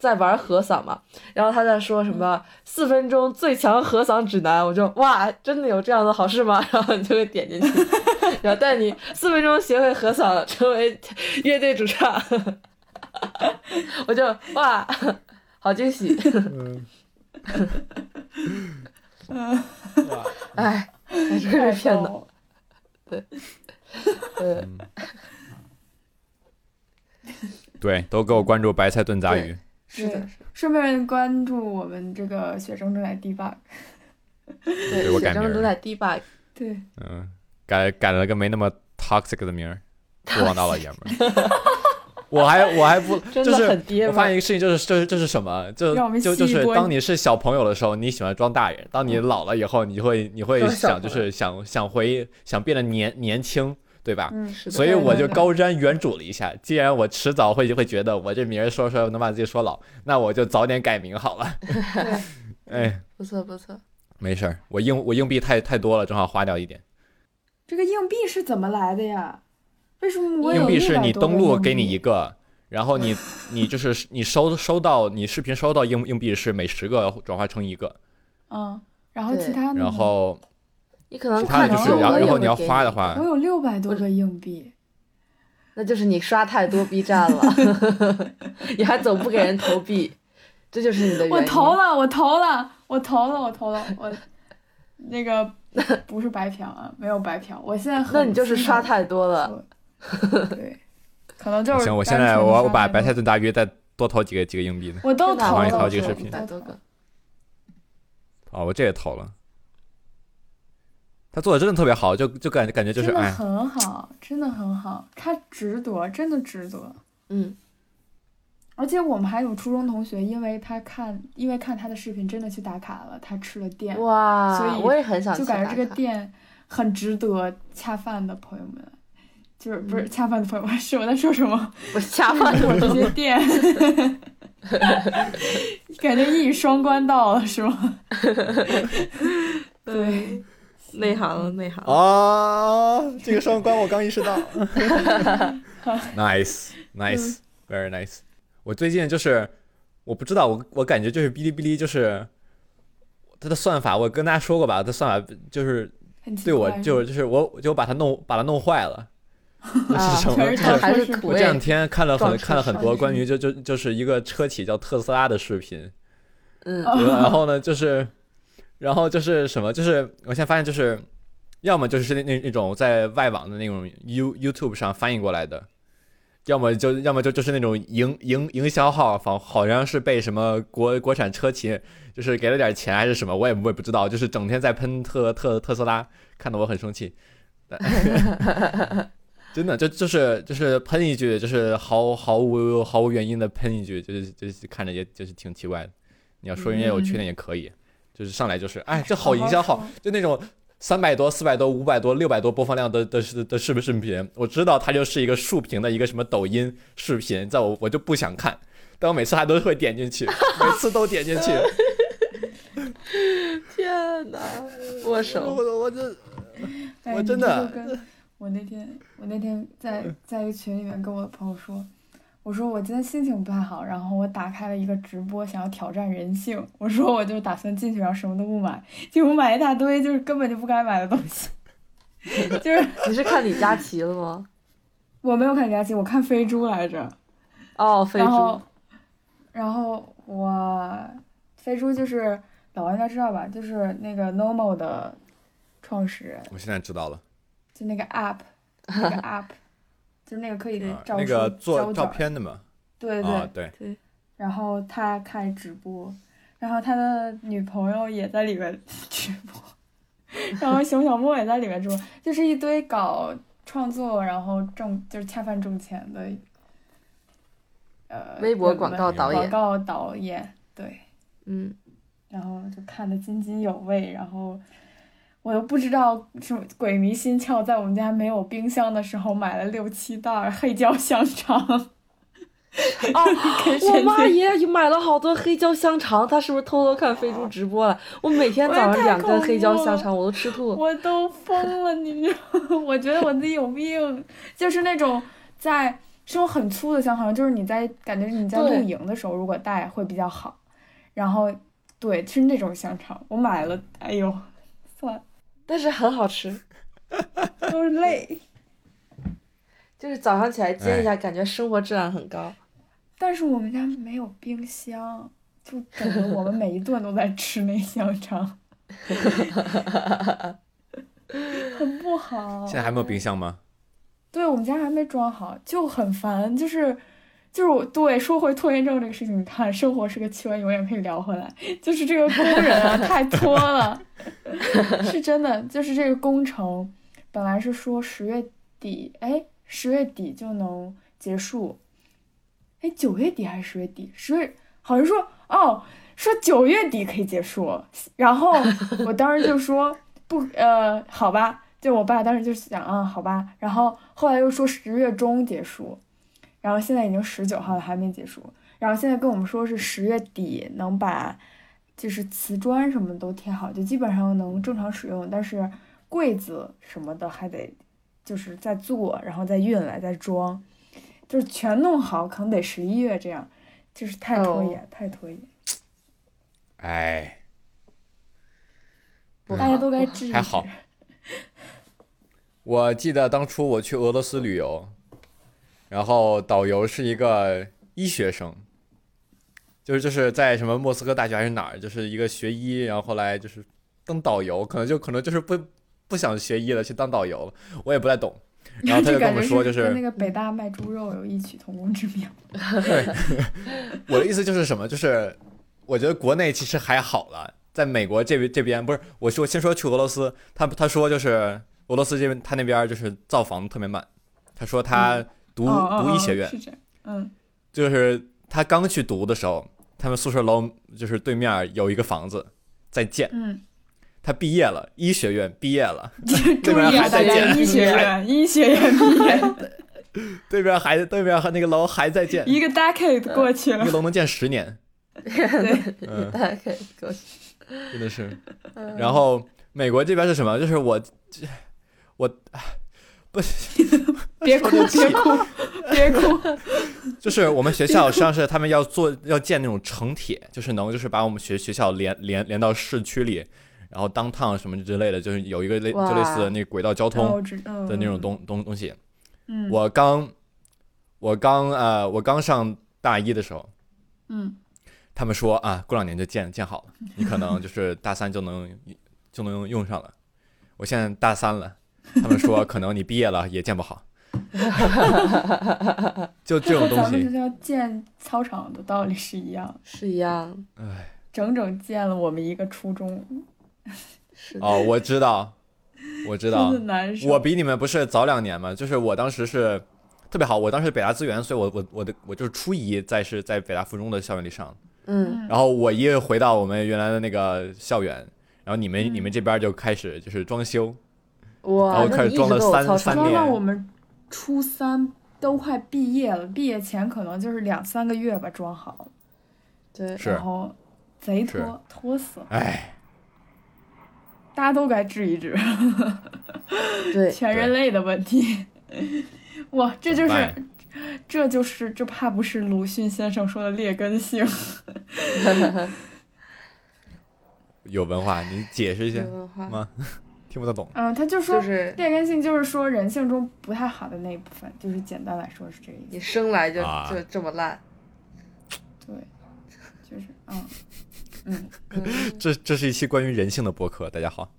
在玩核嗓嘛，然后他在说什么四分钟最强核嗓指南，我就哇，真的有这样的好事吗？然后你就会点进去，然后带你四分钟学会核嗓，成为乐队主唱，我就哇，好惊喜。 嗯， 哎，还是被骗的。对，呃， 对，都给我关注白菜炖杂鱼。 是的， 顺便关注我们这个学生正在 debug。 对， 我改名学生都在 debug。 对， 嗯，改改了个没那么 toxic 的名儿，不王大老爷们儿。我还我还不真的就是很爹味我发现一个事情，就是就是这是什么？就让我们就就是吸一波当你是小朋友的时候，你喜欢装大人；当你老了以后，你就会你会装小想就是想想回想变得年年轻，对吧？ 嗯， 是的。 所以我就对高瞻远瞩了一下，既然我迟早会会觉得我这名儿说说能把自己说老，那我就早点改名好了。哎， 不错不错。 没事儿，我硬我硬币太太多了，正好花掉一点。 这个硬币是怎么来的呀？为什么我有硬币是你六百多个硬登录给你币一个，然后你你就是你收收到你视频收到硬硬币是每十个转化成一个， 嗯，然后对其他的呢然后你可能其他的看就是然后久了也然后你要会给你花的话我，有六百多个硬币， 那就是你刷太多 B 站了，你还总不给人投币，这就是你的原因。 我投了，我投了，我投了，我投了，我那个不是白嫖啊，没有白嫖，我现在很那你就是心疼刷太多了。 对，可能就是行，我现单纯在我我把刷太多白菜炖大鱼再多投几个几个硬币呢。 我都真的投了， 帮你投我几个视频都投了百多个。 哦，我这也投了。他做的真的特别好，就就感感觉就是真的哎， 很好，真的很好，它值得，真的值得。 嗯， 而且我们还有初中同学，因为他看，因为看他的视频，真的去打卡了，他吃了店， 哇， 所以我也很想就感觉这个去打卡店很值得恰饭的朋友们，就是不是嗯恰饭的朋友们，是我在说什么？ 不是恰饭我这的些店，感觉一语双关到了，是吗？对， 内行了内行了。 哦，这个双关我刚意识到。nice nice very nice。我最近就是我不知道，我我感觉就是哔哩哔哩就是它的算法，我跟大家说过吧，它算法就是很奇对我怪就就是我就把它弄把它弄坏了。 啊， 是什么？ 全就是是还是是土我这两味。 天看了撞车很看了很上多关于就就就是一个车企叫特斯拉的视频， 嗯， 哦然后呢就是然后就是什么就是我现在发现就是要么就是那那那种在外网的那种 You YouTube 上翻译过来的，要么就要么就就是那种营营营销号，仿好像是被什么国国产车企就是给了点钱还是什么，我也我也不知道，就是整天在喷特特特斯拉，看得我很生气。真的就就是就是喷一句，就是毫毫无毫无原因的喷一句，就是就是看着也就是挺奇怪的。你要说人家有缺点也可以，就是上来就是哎这好营销号，就那种三百多、四百多、五百多、六百多播放量的的的的视视频，我知道它就是一个竖屏的一个什么抖音视频，在我我就不想看，但我每次还都会点进去，每次都点进去。 天哪，握手。 我我这哎我真的你这就跟我那天我那天在在一个群里面跟我的朋友说，我说我今天心情不太好，然后我打开了一个直播，想要挑战人性。我说我就打算进去，然后什么都不买，结果买一大堆就是根本就不该买的东西。就是你是看李佳琦了吗？ 我没有看李佳琦，我看飞猪来着。 哦，飞然后猪。 然后我飞猪就是老王应该知道吧，就是那个 Normal 的创始人， 我现在知道了， 就那个 app，那个 app，就是那个可以啊照那个出做照胶卷儿， 片的嘛， 对对。 啊对， 然后他开直播，然后他的女朋友也在里面直播，然后熊小莫也在里面直播，就是一堆搞创作，然后挣就是恰饭挣钱的，呃， 微博人们广告导演广告导演，对， 嗯， 然后就看得津津有味，然后我又不知道什么鬼迷心窍，在我们家没有冰箱的时候买了六七袋儿黑椒香肠。 哦， 跟我妈神经也买了好多黑椒香肠，她是不是偷偷看飞猪直播了？我每天早上两根黑椒香肠，我都吃吐。 我都疯了，你知道吗？我觉得我自己有病，就是那种在是种很粗的香肠，就是你在感觉你在露对营的时候如果带会比较好。然后对，是那种香肠，我买了，哎呦，算了， 但是很好吃， 都是泪。 就是早上起来煎一下，感觉生活质量很高。 但是我们家没有冰箱，就整个我们每一顿都在吃那香肠，很不好。 现在还没有冰箱吗？ 对，我们家还没装好，就很烦，就是就是我对说回拖延症这个事情，你看生活是个圈，永远可以聊回来，就是这个工人啊太拖了，是真的，就是这个工程本来是说十月底，哎，十月底就能结束，哎，九月底还是十月底？十月好像说哦，说九月底可以结束，然后我当时就说不，呃，好吧。就我爸当时就想啊，好吧，然后后来又说十月中结束，然后现在已经十九号了还没结束，然后现在跟我们说是十月底能把就是瓷砖什么都贴好，就基本上能正常使用，但是柜子什么的还得就是再做，然后再运来再装，就是全弄好可能得十一月这样，就是太拖延， 哦太拖延， 哎， 不大家好不好都该治一还好治。 我记得当初我去俄罗斯旅游，然后导游是一个医学生，就是就是在什么莫斯科大学还是哪儿，就是一个学医，然后后来就是当导游，可能就可能就是不不想学医了，去当导游了，我也不太懂。然后他就跟我们说，就是跟那个北大卖猪肉有异曲同工之妙。 对，我的意思就是什么，就是我觉得国内其实还好了，在美国这边这边不是，我说先说去俄罗斯，他他说就是俄罗斯这边他那边就是造房特别慢，他说他读、 哦哦读医学院， 哦是这样，嗯， 就是他刚去读的时候，他们宿舍楼就是对面有一个房子在建， 嗯， 他毕业了，医学院毕业了， 注意啊，大家，医学院，医学院毕业， 对边还对边那个楼还在建， 一个 decade 过去了一个，楼能建十年， 对， 嗯， 大家可以给我真的是。然后美国这边是什么？就是我我不别哭，别哭，别哭， 就是我们学校实际上是他们要做要建那种城铁，就是能就是把我们学学校连连连到市区里，然后downtown什么之类的，就是有一个类就类似的那个轨道交通的那种东东东西。 嗯， 我刚我刚呃我刚上大一的时候， 嗯， 他们说啊，过两年就建建好了，你可能就是大三就能就能用上了。我现在大三了，他们说可能你毕业了也建不好。就这种东咱们西学校建操场的道理是一样， 是一样， 唉， 整整建了我们一个初中， 是的。 哦，我知道，我知道真的，难受。 我比你们不是早两年嘛，就是我当时是特别好，我当时北大资源，所以我我我的我就是初一在是在北大附中的校园里上， 嗯， 然后我一回到我们原来的那个校园，然后你们、 嗯你们这边就开始就是装修， 哇， 然后开始那你一直都有装了三操场三年装到我们初三都快毕业了，毕业前可能就是两三个月吧装好， 对， 是然后贼是拖拖死了， 唉， 大家都该治一治， 对， 全人类的问题。哇，这就是怎么办这就是这怕不是鲁迅先生说的劣根性？ 有文化，你解释一下有文化吗？听不太懂。 嗯，他就说就是劣根性就是说人性中不太好的那一部分，就是简单来说是这个意你思。 生来就、 啊就这么烂， 对，就是嗯嗯， 嗯， 这这是一期关于人性的播客，大家好。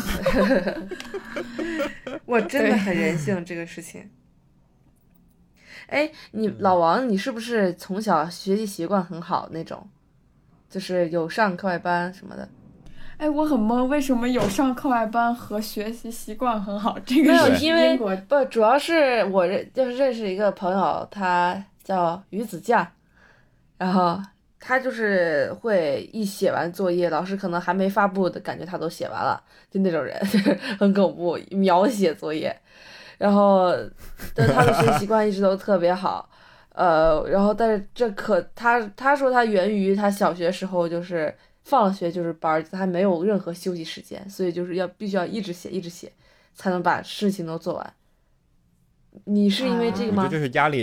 我真的对很人性这个事情。哎，你老王，你是不是从小学习习惯很好那种？就是有上课外班什么的？ 哎，我很懵，为什么有上课外班和学习习惯很好？这个没有， 是因为英国不，主要是我认就是认识一个朋友，他叫于子酱，然后他就是会一写完作业，老师可能还没发布的感觉他都写完了，就那种人，就是很恐怖，秒写作业。然后，但他的学习习惯一直都特别好，呃，然后但是这可他他说他源于他小学时候就是放了学就是班儿，他没有任何休息时间，所以就是要必须要一直写一直写，才能把事情都做完。你是因为这个吗？ 我觉得这是压力，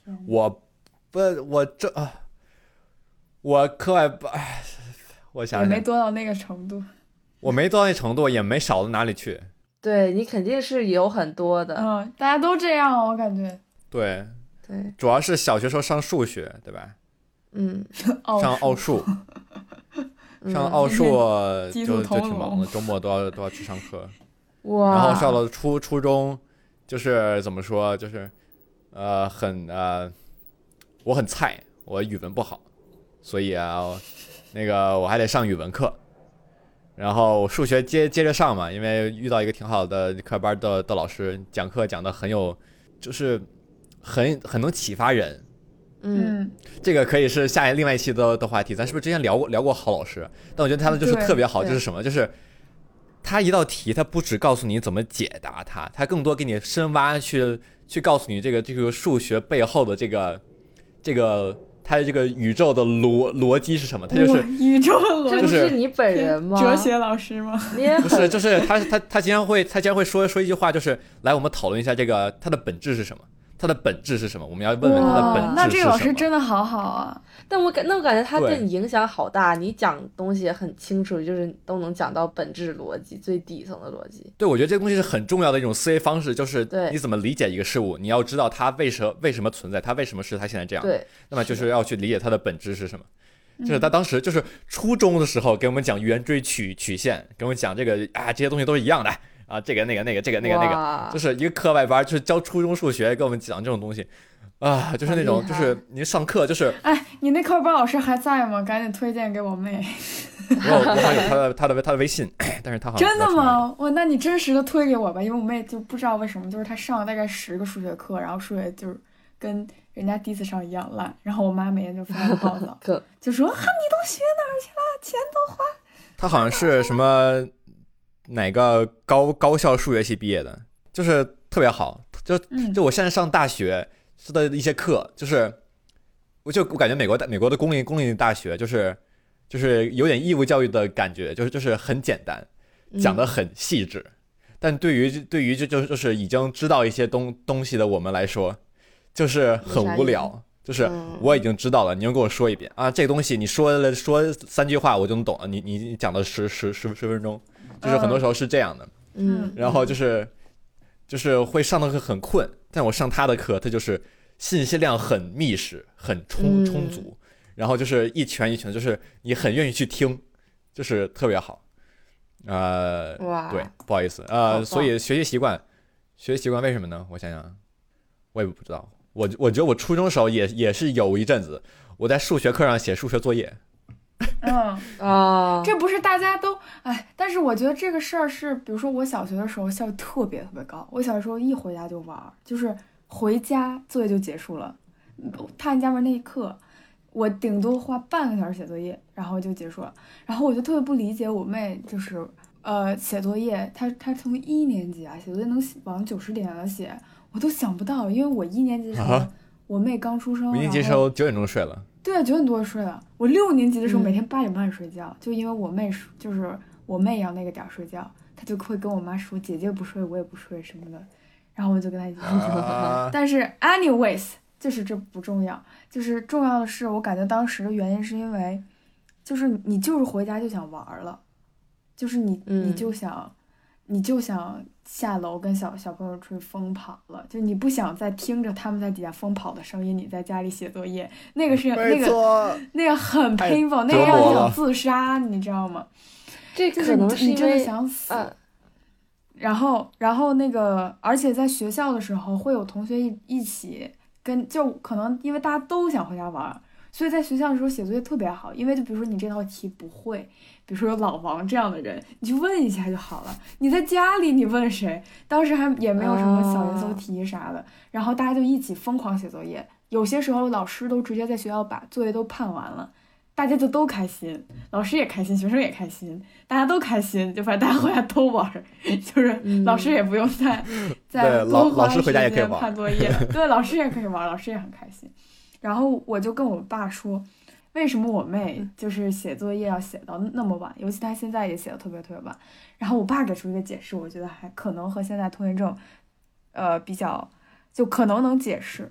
我不，我这啊，我课外班，哎，我想也没想， 多到那个程度。 我没到那程度，也没少到哪里去。 对你肯定是有很多的。 嗯，大家都这样，我感觉。 对， 对， 主要是小学时候上数学，对吧？ 嗯， 上奥数， 嗯上奥数基就就础通融挺忙的，周末都要都要去上课。 哇， 然后上了初初中，就是怎么说，就是呃很呃，我很菜，我语文不好，所以啊，那个我还得上语文课。然后数学接接着上嘛，因为遇到一个挺好的课班的的老师，讲课讲的很有，就是很很能启发人。 嗯， 嗯， 这个可以是下一另外一期的的话题，咱是不是之前聊过聊过郝老师？但我觉得他的就是对特别好， 对就是什么，就是他一道题，他不只告诉你怎么解答它，他更多给你深挖去去告诉你这个这个数学背后的这个这个它的这个宇宙的逻逻辑是什么？它就是哇宇宙逻辑这不就是是你本人吗？ 哲学老师吗？ 你也不是很就是他他他经常会他经常会说说一句话，就是来我们讨论一下这个它的本质是什么？它的本质是什么？我们要问问它的本质是什么？ 那这个老师真的好好啊。 但我感那我感觉他对对你影响好大，你讲东西也很清楚，就是都能讲到本质逻辑最底层的逻辑。 对，我觉得这个东西是很重要的一种思维方式，就是对你怎么理解一个事物，你要知道它为什为什么存在，它为什么是它现在这样。 对， 那么就是要去理解它的本质是什么。 嗯就是他当时就是初中的时候给我们讲圆锥曲曲线，给我们讲这个啊这些东西都是一样的啊，这个那个那个这个那个那个， 哇就是一个课外班，就是教初中数学给我们讲这种东西啊，就是那种好厉害就是您上课就是哎，你那课班老师还在吗？赶紧推荐给我妹。 我有我好像有他的他的他的微信，但是他好像真的不知道去哪里？ 吗？哇，那你真实的推给我吧，因为我妹就不知道为什么，就是她上了大概十个数学课，然后数学就是跟人家第一次上一样烂，然后我妈每天就发个暴躁， 可就说啊你都学哪儿去了，钱都花。 他好像是什么哪个高高校数学系毕业的，就是特别好。就嗯就我现在上大学的一些课，就是我就我感觉美国美国的公立公立大学就是就是有点义务教育的感觉，就是就是很简单，讲的很细致。但对于对于就就就是已经知道一些东东西的我们来说，就是很无聊。就是我已经知道了，你又跟我说一遍啊，这个东西你说了说三句话我就能懂了，你你你讲了十十十十分钟，就是很多时候是这样的。 嗯， 然后就是就是会上的课很困，但我上他的课，他就是信息量很密实，很充嗯充足，然后就是一拳一拳，就是你很愿意去听，就是特别好。呃， 哇， 对，不好意思， 好呃， 棒所以学习习惯，学习习惯为什么呢？我想想，我也不知道。我我觉得我初中的时候也也是有一阵子，我在数学课上写数学作业。 嗯， 啊， 这不是大家都哎，但是我觉得这个事儿是，比如说我小学的时候效率特别特别高，我小时候一回家就玩儿，就是回家作业就结束了，踏进家门那一刻，我顶多花半个小时写作业，然后就结束了。然后我就特别不理解我妹，就是呃写作业，她她从一年级啊写作业能写往九十点了写，我都想不到，因为我一年级的时候， 啊我妹刚出生， 我一年级时然后候九点钟睡了。 对啊，九点多睡了。我六年级的时候嗯每天八点半睡觉，就因为我妹是就是我妹要那个点儿睡觉，她就会跟我妈说姐姐不睡我也不睡什么的，然后我就跟她一起睡。 啊但是 anyways 就是这不重要，就是重要的是我感觉当时的原因是因为，就是你就是回家就想玩儿了，就是你嗯你就想你就想下楼跟小小朋友出去疯跑了，就你不想再听着他们在底下疯跑的声音，你在家里写作业，那个是那没个错， 那个很太 painful，那折个让磨了你想自杀，你知道吗？ 这就是可能是因你你真的为想死。 啊， 然后，然后那个，而且在学校的时候会有同学一一起跟，就可能因为大家都想回家玩儿，所以在学校的时候写作业特别好。因为就比如说你这道题不会，比如说有老王这样的人，你去问一下就好了。你在家里你问谁？当时还也没有什么小人搜题啥的，然后大家就一起疯狂写作业。有些时候老师都直接在学校把作业都判完了。大家就都开心，老师也开心，学生也开心，大家都开心，就反正大家回家都玩儿，就是老师也不用再、 对再老多花老师回家也时间可以玩判作业，对，老师也可以玩儿，老师也很开心。然后我就跟我爸说，为什么我妹就是写作业要写到那么晚，尤其她现在也写的特别特别晚。然后我爸给出一个解释，我觉得还可能和现在拖延症，呃，比较就可能能解释。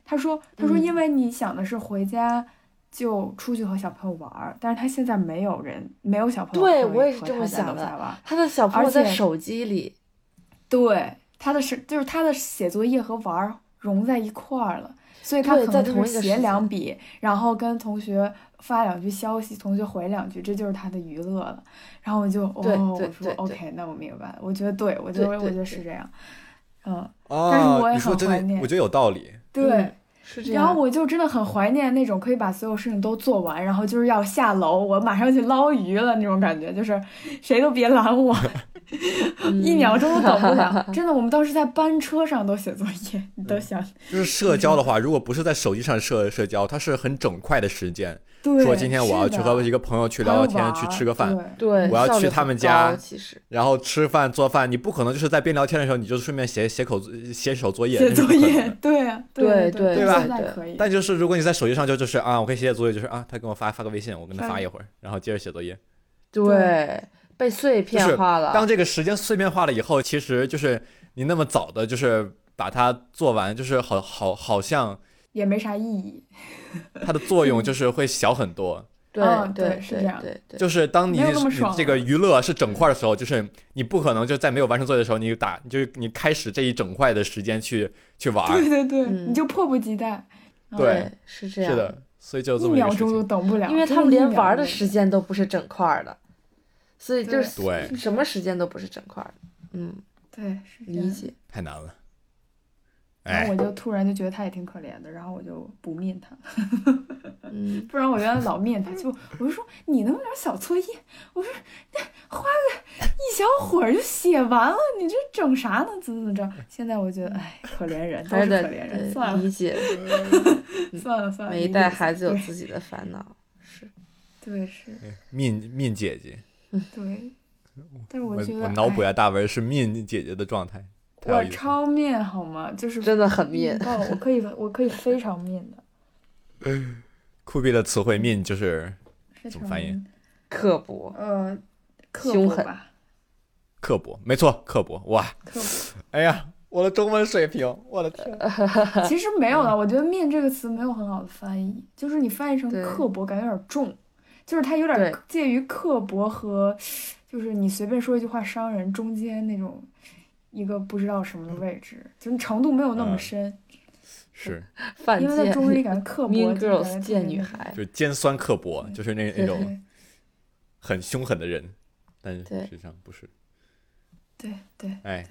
他说他说嗯因为你想的是回家就出去和小朋友玩儿，但是他现在没有人没有小朋友可以对我也是和他在这么想的楼下玩儿。 他的小朋友在而且手机里， 对，他的是就是他的写作业和玩儿融在一块儿了，所以他对在可能就是写同一个时间两笔，然后跟同学发两句消息，同学回两句，这就是他的娱乐了。然后我就对哦，我说对对对 OK，那我明白了。我觉得对，我觉得我觉得对对对是这样，嗯，但是我啊， 也你说真的， 很怀念我觉得有道理。 对。 嗯是这样。 然后我就真的很怀念那种可以把所有事情都做完，然后就是要下楼，我马上去捞鱼了那种感觉，就是谁都别拦我，一秒钟都等不了。真的，我们当时在班车上都写作业，你都想， 就是社交的话，如果不是在手机上社社交，它是很整块的时间。 对， 说今天我要去和一个个朋友去聊聊天，去吃个饭， 对， 我要去效率很他们家高其实然后吃饭做饭，你不可能就是在边聊天的时候，你就顺便写写口写手作业， 写作这是不可能业的， 对啊， 对对对吧现在可以， 但就是如果你在手机上就就是啊，我可以写写作业，就是啊，他给我发发个微信，我跟他发发一会儿，然后接着写作业。 对被碎就是片化了。 当这个时间碎片化了以后，其实就是你那么早的，就是把它做完，就是好好好像也没啥意义。 它的作用就是会小很多。 对嗯对对是这样对对， 就是当你没有那么你爽这个娱乐是整块的时候，就是你不可能就在没有完成作业的时候，你打就是你开始这一整块的时间去去玩。 对对对， 嗯你就迫不及待。嗯对， 是这样。 是的，所以就有这一么一个事秒钟都情。 等不了， 因为他真的一们连秒钟都玩的时间都不是整块儿的，所以就是对什么时间都不是整块儿的。嗯， 对，是这样理解。 太难了。哎然后我，就突然就觉得他也挺可怜的，然后我就不面他， 嗯， 不然我原来老面他，就我就说你那么点小作业，我说那花个一小会儿就写完了，你这整啥呢？怎么怎么着？现在我觉得，哎，可怜人，都还是得是可怜人， 对算了理解。 算了算了， 每一代理解孩子有对自己的烦恼，是。 对是， 命命姐姐， 对，但是我觉得我脑补哎呀大文是命姐姐的状态，太有我意思了超面好吗？就是真的很面爆我可以我可以非常面的， 酷毙的词汇命就是非常怎么翻译面刻薄， 呃，刻凶狠薄吧， 刻薄，没错，刻薄。哇， 刻薄。 哎呀，我的中文水平，我的天！ 其实没有了，我觉得“面”这个词没有很好的翻译，就是你翻译成对刻薄，感觉有点重，就是它有点对介于刻薄和，就是你随便说一句话伤人中间那种一个不知道什么的位置，就是程度没有那么嗯深， 是， 犯因为在贱中文里感觉刻薄 Mean 就感觉 Girls 特别贱女那种孩就，是尖酸刻薄，就是那那对种很凶狠的人，但对实际上不是。 对对， 哎，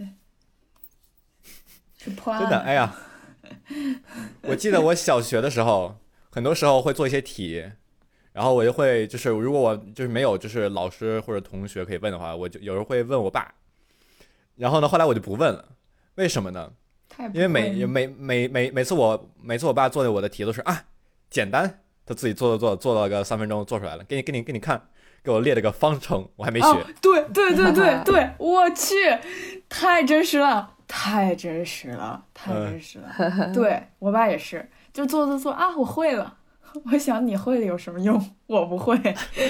是破案真的，哎呀，我记得我小学的时候，很多时候会做一些题，然后我就会就是如果我就是没有就是老师或者同学可以问的话，我就有时候会问我爸，然后呢，后来我就不问了，为什么呢？ 太不因为每会了每每每每次我每次我爸做的我的题都是啊简单，他自己做做做做了个三分钟做出来了，给你给你给你看，给我列了个方程，我还没学。 哦，对对对对对，我去，太真实了，太真实了，太嗯真实了。对我爸也是，就做做做啊，我会了。我想你会了有什么用？我不会。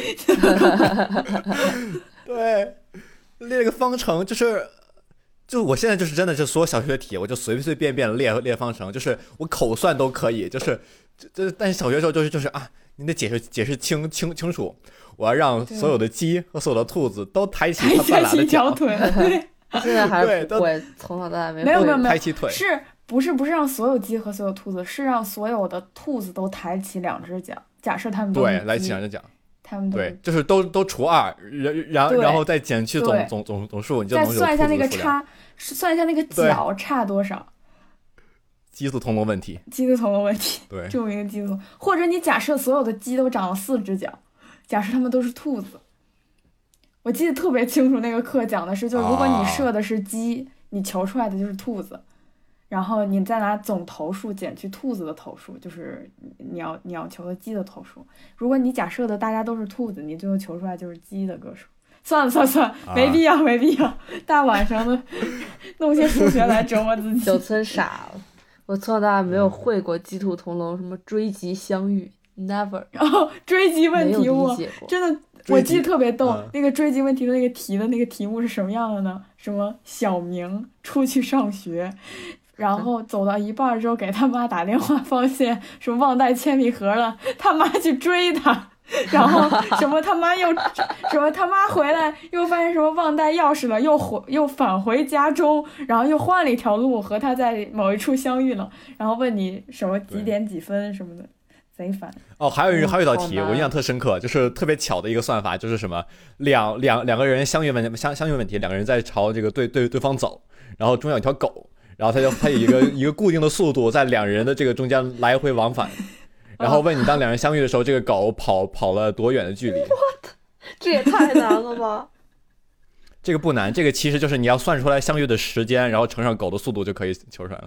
对，列了个方程，就是，就我现在就是真的，就所有小学的题，我就随随便便列列方程，就是我口算都可以，就是，这这，但是小学的时候就是就是啊，你得解释解释清清清楚，我要让所有的鸡和所有的兔子都抬起它抬起一半拉的脚， 条腿，对， 现在还对都是不会，从小到大没没有没有没有抬起腿， 是不是不是让所有鸡和所有兔子，是让所有的兔子都抬起两只脚。假设他们都对， 是鸡来讲着讲， 他们都对，就是都都除二，然然对然后再减去总对总总总数，你就再能有算一下那个兔子的数量。 差，算一下那个对脚差多少。 激素同盟问题， 鸡的同的问题， 对， 著名的鸡同，或者你假设所有的鸡都长了四只脚，假设它们都是兔子。我记得特别清楚，那个课讲的是，就如果你设的是鸡，你求出来的就是兔子，然后你再拿总头数减去兔子的头数，就是你要你要求的鸡的头数。如果你假设的大家都是兔子，你最后求出来就是鸡的个数。算了算了算了，没必要没必要，大晚上的弄些数学来折磨自己。 小村傻了，我从小到大没有会过鸡兔同笼，什么追击相遇 ，never， 然后追击问没题，我有理解过。 真的， 追击我记得特别逗。 嗯那个追击问题的那个题的那个题目是什么样的呢？什么小明出去上学， 然后走到一半之后给他妈打电话发现说忘带铅笔盒了，他妈去追他，然后什么他妈又什么他妈回来又发现什么忘带钥匙了，又回又返回家中，然后又换了一条路和他在某一处相遇了，然后问你什么几点几分什么的，贼烦。 哦，还有一还有一道题好难我印象特深刻，就是特别巧的一个算法，就是什么两两两个人相遇问相相遇问题，两个人在朝这个对对对方走，然后中间有一条狗，然后它就它有一个一个固定的速度在两人的这个中间来回往返，然后问你当两人相遇的时候，这个狗跑跑了多远的距离？ 这也太难了吧！ 这个不难，这个其实就是你要算出来相遇的时间，然后乘上狗的速度就可以求出来了。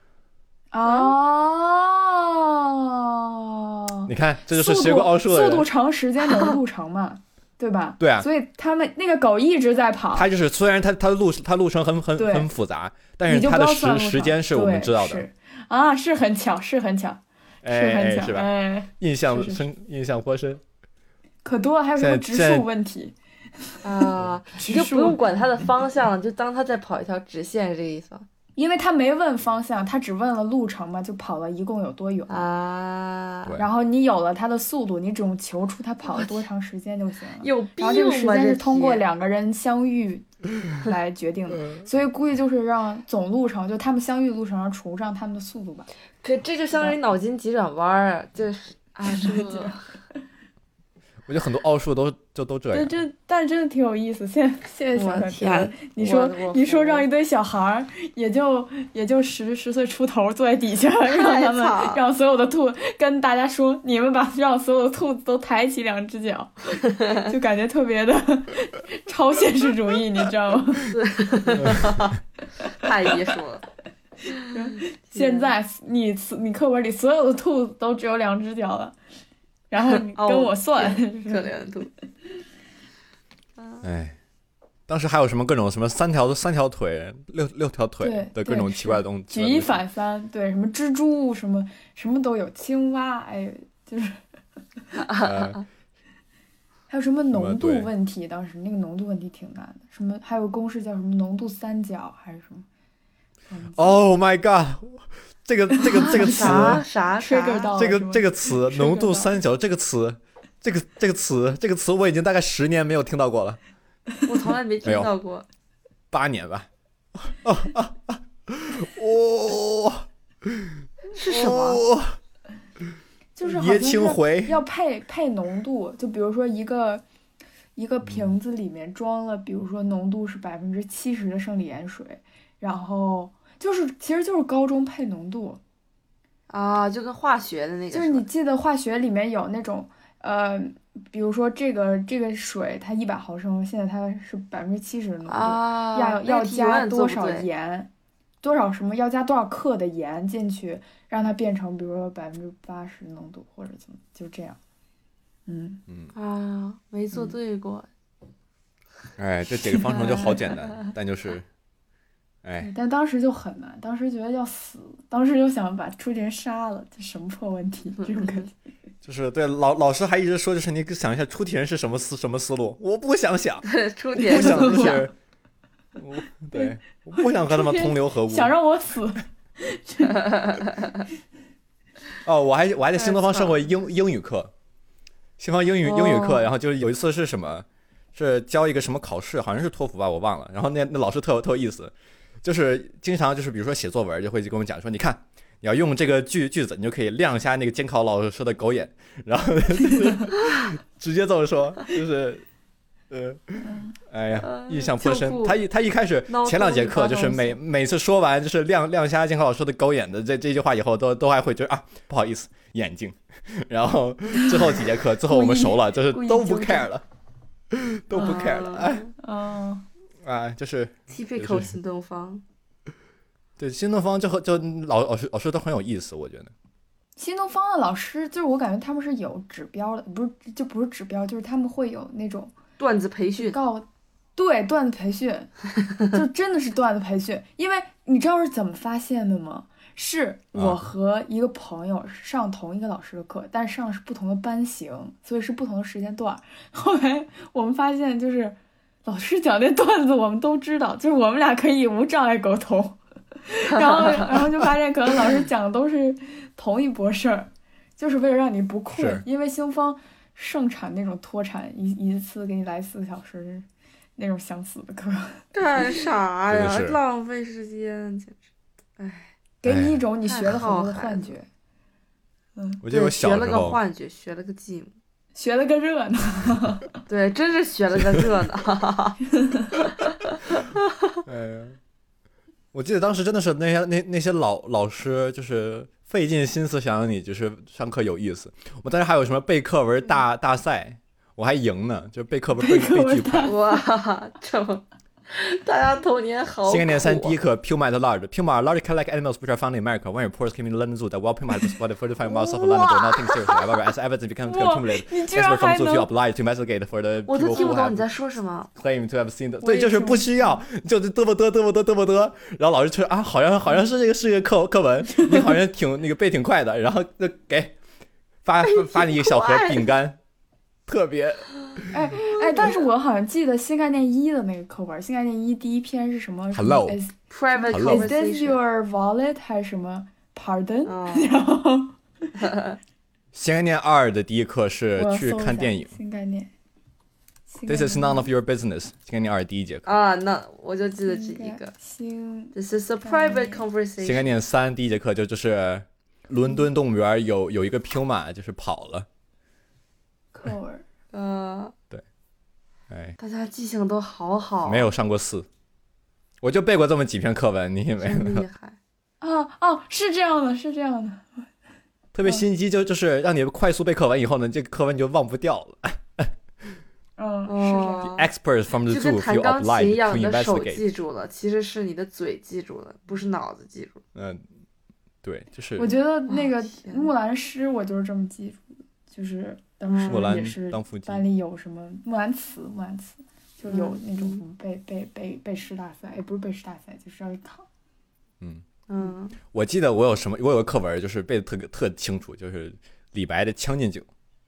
哦， 你看，这就是学过奥数的人。 速度乘时间等于路程嘛，对吧？ 对啊， 所以他们那个狗一直在跑。 它就是虽然它它的路它路程很很对很复杂，但你就是它的不要算路程时时间是我们知道的。 对是啊，是很巧，是很巧，是哎很巧， 哎是吧？ 哎， 印象是是深，印象颇深。 可多了，还有什么植现在树问题？ 啊，你就不用管它的方向了，就当它在跑一条直线，是这个意思吗？ 因为他没问方向，他只问了路程嘛，就跑了一共有多远。 啊， 对然后你有了他的速度，你只用求出他跑了多长时间就行了。 有病然后这个时吗？这间是通过题两个人相遇来决定的，所以估计就是让总路程，就他们相遇路程上除上他们的速度吧。 可这就相当于脑筋急转弯儿，就是啊，是不是？ 我觉得很多奥数都就都这对， 样。 这但真的挺有意思。现在现在我想想觉得天， 你说我我你说服让一堆小孩儿，也就也就十十岁出头坐在底下，让他们惨让所有的兔跟大家说，你们把让所有的兔子都抬起两只脚，就感觉特别的超现实主义，你知道吗？ 太艺术了。 现在你你课本里所有的兔子都只有两只脚了，然后你跟我算， 可怜的兔。 哎，当时还有什么各种什么三条三条腿、六六条腿对的各种对奇怪的东西， 举一反三，对，什么蜘蛛，什么什么都有，青蛙，哎，就是呃还有什么浓度什么对问题，当时那个浓度问题挺难的，什么还有公式叫什么浓度三角还是什么？ ，Oh my god，这个这个这个词， 啥啥 ，trigger 啥？ 这个到了是吗这个词， trigger 浓度到三角这个词，这个这个词，这个词我已经大概十年没有听到过了， 我从来没听没有到过。 八年吧。哦，哦是什么？ 哦就是好像椰青回是要配配浓度，就比如说一个一个瓶子里面装了，比如说浓度是百分之七十的生理盐水，然后就是其实就是高中配浓度， 啊，就跟化学的那个就是吧你记得化学里面有那种呃，比如说这个这个水它一百毫升，现在它是百分之七十的浓度， 啊， 要要那个题永加远做多少不对盐，多少什么要加多少克的盐进去，让它变成比如说百分之八十浓度或者怎么，就这样。嗯， 啊？没做对过。 哎，这解个方程就好简单，但就是，哎， 但当时就很难，当时觉得要死，当时就想把出题人杀了，这什么破问题，这种感觉。 就是对老老师还一直说，就是你想一下出题人是什么思什么思路，我不想想， 出点不想思想。 就是，我对，我不想和他们同流合污。 想让我死， 哦，我还我还在新东方太惨上过英英语课，新东方英语英语课， 哦然后就是有一次是什么，是教一个什么考试，好像是托福吧，我忘了。然后那那老师特有特有意思，就是经常就是比如说写作文就会跟我们讲说，你看你要用这个句句子，你就可以亮一下那个监考老师的狗眼，然后直接这么说，就是。呃，哎呀，印象颇深就。不他一他一开始脑前两节洞里课就是每每次说完就是亮亮瞎监考老师的狗眼的这这句话以后，都都还会觉得啊不好意思眼睛，然后之后几节课最后我们熟了，就是故意都不纠正 care 了，都不 care 了，哎嗯， 啊就是 ，typical 新东方。 对新东方就和就老老师老师都很有意思，我觉得。 新东方的老师就是我感觉他们是有指标的，不是就不是指标，就是他们会有那种段子培训。 告，对，段子培训，就真的是段子培训。因为你知道是怎么发现的吗？是我和一个朋友上同一个老师的课，但是上的是不同的班型，所以是不同的时间段。后来我们发现，就是老师讲那段子我们都知道，就是我们俩可以无障碍沟通。 然后然后就发现可能老师讲的都是同一拨事儿，就是为了让你不困是， 因为新东方盛产那种脱产，一一次给你来四个小时那种想死的课， 干啥呀？ 真的是浪费时间，简直，哎， 给你一种你太学了很多的耗孩子幻觉，嗯， 我记得我对学了个小时候， 幻觉，学了个寂寞， 学了个热闹。 对，真是学了个热闹。 哎呀，我记得当时真的是那些那那些老老师就是费尽心思想让你就是上课有意思。我当时还有什么背课文大大赛，我还赢呢，就是背课文背课文背巨快。 哇，这么，大家童年好苦啊。 新概念三第一课 Puma and large. Puma are large cat-like animals which are found in America. When reports came in the London Zoo that while Puma had been spotted forty-five miles south of London, though nothing serious. However, as evidence became 哇 accumulated, 你居然 experts 还 from zoo 能 feel obliged to investigate for the 我都 people 听 who 不懂你 have 在说什么。 claimed to have seen the。对， 我也就是听不不需要，就是嘚啵嘚嘚啵嘚嘚啵嘚，然后老师说啊，好像好像是这个是一个课课文，你好像挺那个背挺快的，然后就给发发你一个小盒饼干，特别。 哎哎，但是我好像记得新概念一的那个课文，新概念一第一篇是什么 Hello Is, Private Hello is this conversation。 your wallet 还是什么 Pardon？、 嗯然后新概念二的第一课是去我要搜一下看电影新概念。新概 ，This 念 is none of your business。新概念二第一节课， 啊，那我就记得这新概一个。 新 This is a private 新概 conversation。 念三第一节课就就是伦敦动物园有有一个 Puma 就是跑了， 课文。 呃， 哎， 大家记性都好好， 没有上过四，我就背过这么几篇课文，你以为真厉害。 哦哦，是这样的，是这样的。 特别心机就就是让你快速背课文以后呢，这个课文就忘不掉了。 嗯，是这样。 哦， Experts from the 就 zoo 跟弹 feel 钢琴 obliged 一样， to 你的手 investigate。 记住了，其实是你的嘴记住了，不是脑子记住。 嗯，对，就是我觉得那个哦天木兰诗我就是这么记住的，就是当时木兰也是当腹肌。 班里有什么木兰辞，木兰辞就有那种嗯背背背背诗大赛，也不是背诗大赛，就是要考。 嗯， 嗯， 我记得我有什么，我有个课文就是背的特特清楚，就是李白的《将进酒》。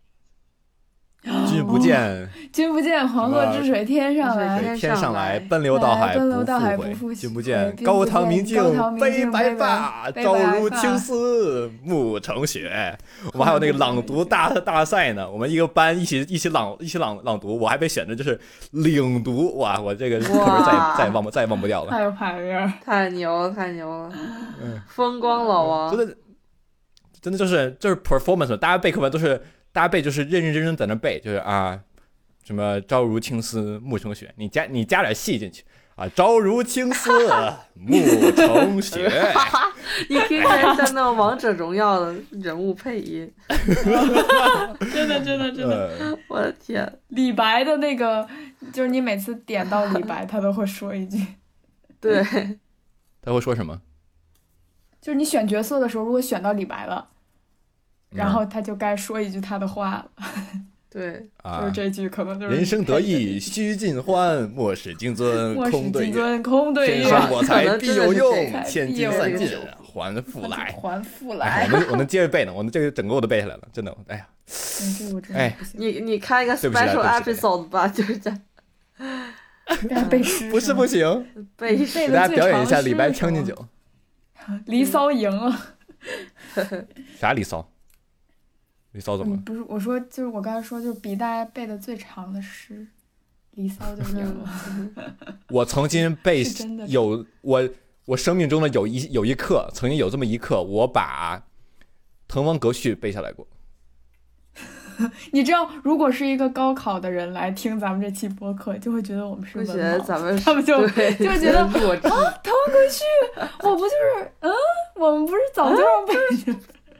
君不见君不见黄河之水天上来， 天天上来来，奔流到海奔流到海不不复回。 复君不见君高不见堂明镜高堂明悲白镜悲发， 白朝如发青丝暮成雪。我们还有那个朗读大大赛呢，我们一个班一起一起朗一起朗朗读，我还被选的就是领读，哇，我这个课文再也再也忘不再也忘不掉了。 太有排面。 太牛了，太牛了，风光老王。 真的真的就是就是 performance， 大家背课文都是大家背就是认认真真在那背，就是啊什么朝如青丝暮成雪，你加你加点戏进去啊，朝如青丝暮成雪。 你听起来像那种王者荣耀的人物配音， 真的真的真的， 呃我的天！ 李白的那个，就是你每次点到李白，他都会说一句。 对， 他会说什么？ 就是你选角色的时候，如果选到李白了， 嗯然后他就该说一句他的话了， 对， 就是啊， 这句可能就是人生得意须尽欢，莫使金樽莫使空对月。 金樽空对月， 天生我材可能必有真的是这用， 个千必有金散尽用还复来。 还复哎， 来。 我能我能接着背呢，我能这个整个我都背下来了，真的，哎呀， 嗯，这个我真的哎不行， 你你开一个对不起啊 special 对不起 episode 吧，就是这样该背诗不是吗不行， 背背给的最大家表演一长诗下李白《 是什么将进酒》。 离骚赢了。 啥离骚？离骚怎么了？ 嗯，不是，我说就是我刚才说，就是比大家背的最长的诗，《离骚》就赢了。 我曾经背是真的有我我生命中的有一有一课，曾经有这么一课，我把《滕王阁序》背下来过。 你知道，如果是一个高考的人来听咱们这期播客，就会觉得我们是会觉文盲。 得咱们他们就对就觉得弱智， 《滕王阁序》，我不就是嗯，我们不是早就让背着？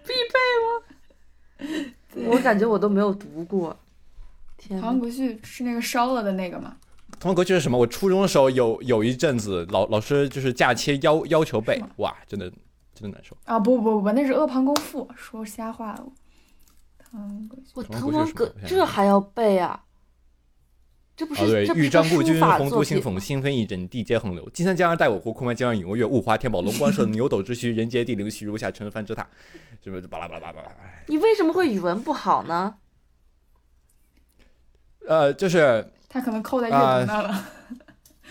我感觉我都没有读过。天 《滕王阁序》是那个烧了的那个吗？ 《滕王阁序》是什么？我初中的时候有有一阵子，老老师就是假期要要求背是吗， 哇，真的真的难受。 啊，不不不不，那是《阿房宫赋》，说瞎话了。《滕王阁序我滕滕王阁王阁是什么这还要背啊？这不是、 啊，对， 这不是豫章故君， 个书法洪都新讽， 作品吗新飞一枕，地接横流。金三江而带我湖，空外江而引我月。物华天宝，龙冠射牛斗之虚，人杰地灵，虚如下陈蕃之榻。什么巴拉巴拉巴拉巴拉。哎你为什么会语文不好呢？ 呃，就是他可能扣在阅读那了。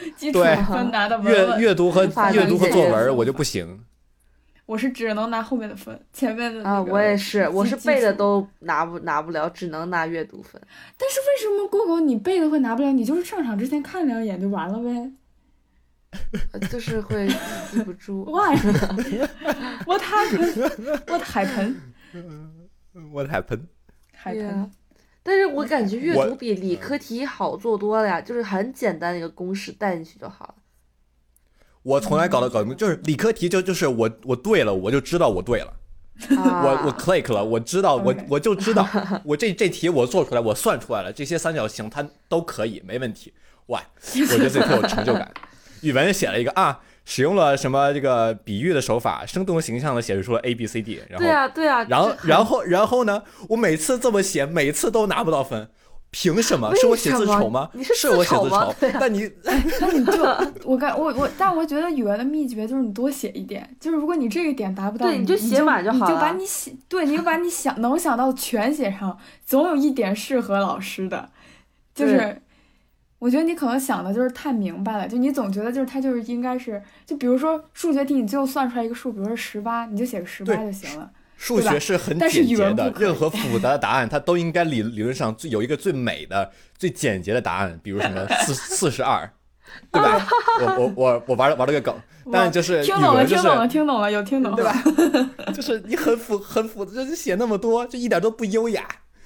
基础对分拿的稳阅稳。 阅读和无法阅读和理解作文我就不行。 我是只能拿后面的分，前面的那啊， 个我也是，我是基背的础都拿不拿不了，只能拿阅读分。 但是为什么狗狗你背的会拿不了？你就是上场之前看两眼就完了呗。 呃就是会记不住。 Why? What happened? What happened? What happened？ 对呀 happened? 但是我感觉阅我读比理科题好做多了呀，就是很简单的一个公式带进去就好了。 我从来搞的搞就是理科题就就是我我对了我就知道我对了， 啊、 我我 click 了，我知道我 OK 我就知道我这这题我做出来我算出来了，这些三角形它都可以没问题。哇，我觉得自己特有成就感。语文写了一个啊，使用了什么这个比喻的手法，生动形象的写出了 A B C D， 然后对啊对啊， 然后这很然后然后呢，我每次这么写，每次都拿不到分。凭什么？ 为是我写字什么丑吗？ 你是字是我写字丑吗丑对啊， 但你那你就我感我我，但我觉得语文的秘诀就是你多写一点，就是如果你这个点达不到，你对你就写满就好你就把了你写，对，你就把你想能想到的全写上，总有一点适合老师的，就是对我觉得你可能想的就是太明白了，就你总觉得就是它就是应该是，就比如说数学题，你最后算出来一个数，比如说十八，你就写个十八对就行了。 数学是很但是简洁的， 语文不可以任何复杂的答案它都应该理理论上最有一个最美的、最简洁的答案，比如什么四四十二，对吧？我我我我玩玩了个梗，但就是语听懂了， 文就是听懂了，听懂了，有听懂对吧？就是你很复很复，就是写那么多，就一点都不优雅。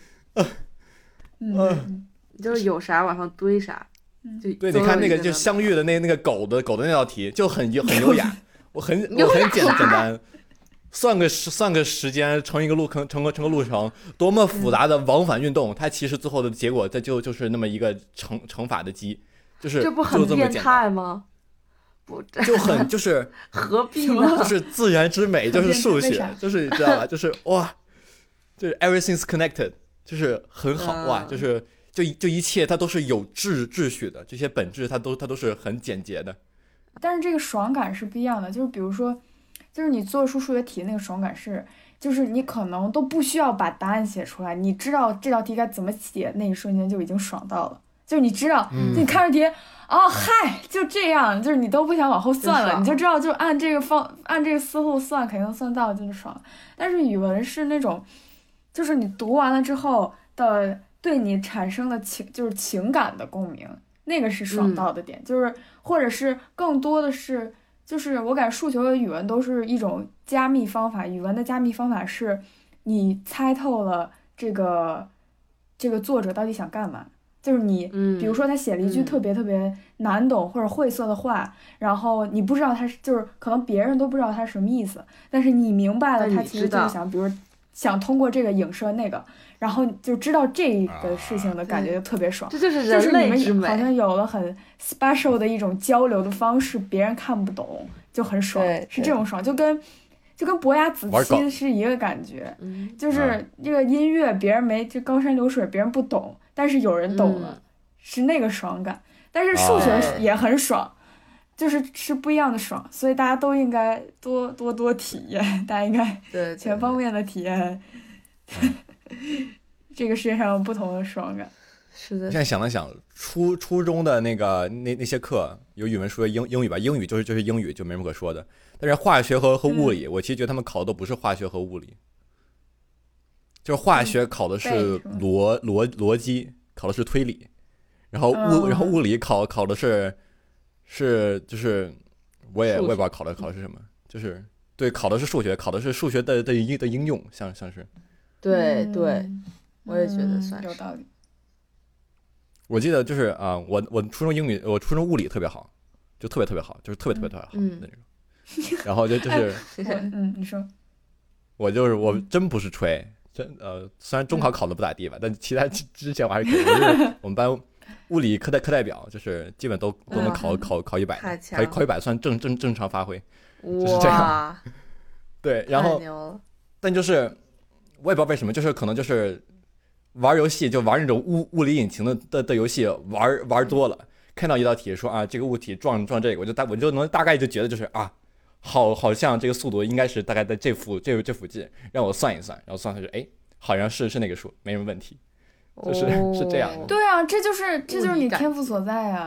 嗯， 就是有啥往上堆啥。就对， 总有你看那个一能就相遇的那那个狗的狗的那道题就很很优雅，我很优雅我很简啥简单。算个时算个时间，乘一个路程，乘个乘个路程，多么复杂的往返运动，它其实最后的结果，它就就是那么一个乘乘法的积，就是这不很就这么变简单， 态吗？不，这就很就是何必什么呢？ 就是自然之美，就是数学为啥， 就是你知道吧？就是哇，就是 everything's connected，就是很好嗯哇，就是就就一切它都是有秩秩序的，这些本质它都它都是很简洁的。 但是这个爽感是不一样的，就是比如说，就是你做出数学题那个爽感是，就是你可能都不需要把答案写出来，你知道这道题该怎么解，那一瞬间就已经爽到了。就是你知道， 嗯就你看着题，哦嗨，就这样，就是你都不想往后算了， 就爽你就知道就按这个方按这个思路算，肯定能算到，就是爽。但是语文是那种，就是你读完了之后的对你产生的情，就是情感的共鸣，那个是爽到的点，就是或者是更多的是。就是我感觉数学和语文都是一种加密方法，语文的加密方法是，你猜透了这个这个作者到底想干嘛，就是你， 嗯比如说他写了一句嗯特别特别难懂或者晦涩的话，然后你不知道他是，就是可能别人都不知道他什么意思，但是你明白了但你他其实知道就是想，比如想通过这个影射那个，然后就知道这个事情的感觉就特别爽。 这就是就是人类之你们好像美。 有了很 special 的一种交流的方式，别人看不懂就很爽， 对是这种爽，就跟就跟伯牙子玩梗期是一个感觉， 嗯， 就是这个音乐别人没这高山流水别人不懂，但是有人懂了， 嗯是那个爽感。但是数学哦也很爽，就是是不一样的爽，所以大家都应该多多多体验，大家应该对， 全方面的体验这个世界上有不同的爽感。 是的现，在想了想，初初中的那个那那些课有语文、数学、英英语吧，英语就是就是英语，就没什么可说的。但是化学和和物理，我其实觉得他们考的都不是化学和物理，就是化学考的是背是吗逻逻逻辑，考的是推理，然后物、 嗯然后物理考考的是是就是我也数学我也不知道考的考的是什么，就是对考的是数学，考的是数学的的应的应用，像像是对对， 嗯我也觉得嗯算是有道理。 我记得就是啊、我我初中英语，我初中物理特别好，就特别特别好，就是特别特别特别好的嗯那种。然后就就是我嗯，你说， 我就是我真不是吹，真呃，虽然中考考的不咋地吧，但其他之之前我还是可以。我是我们班物理课代课代表，就是基本都都能考嗯考考一百太的，考一强考一百算正正正常发挥。是这样哇， 对，然太后牛了， 但就是我也不知道为什么，就是可能就是玩游戏就玩那种物物理引擎的的的游戏玩玩多了，看到一道题说啊这个物体撞撞这个，我就大我就能大概就觉得就是啊。好，好像这个速度应该是大概在这附这这附近，让我算一算，然后算出来是哎，好像是是那个数，没什么问题。就是是这样的哦对啊，这就是这就是你物理感天赋所在啊！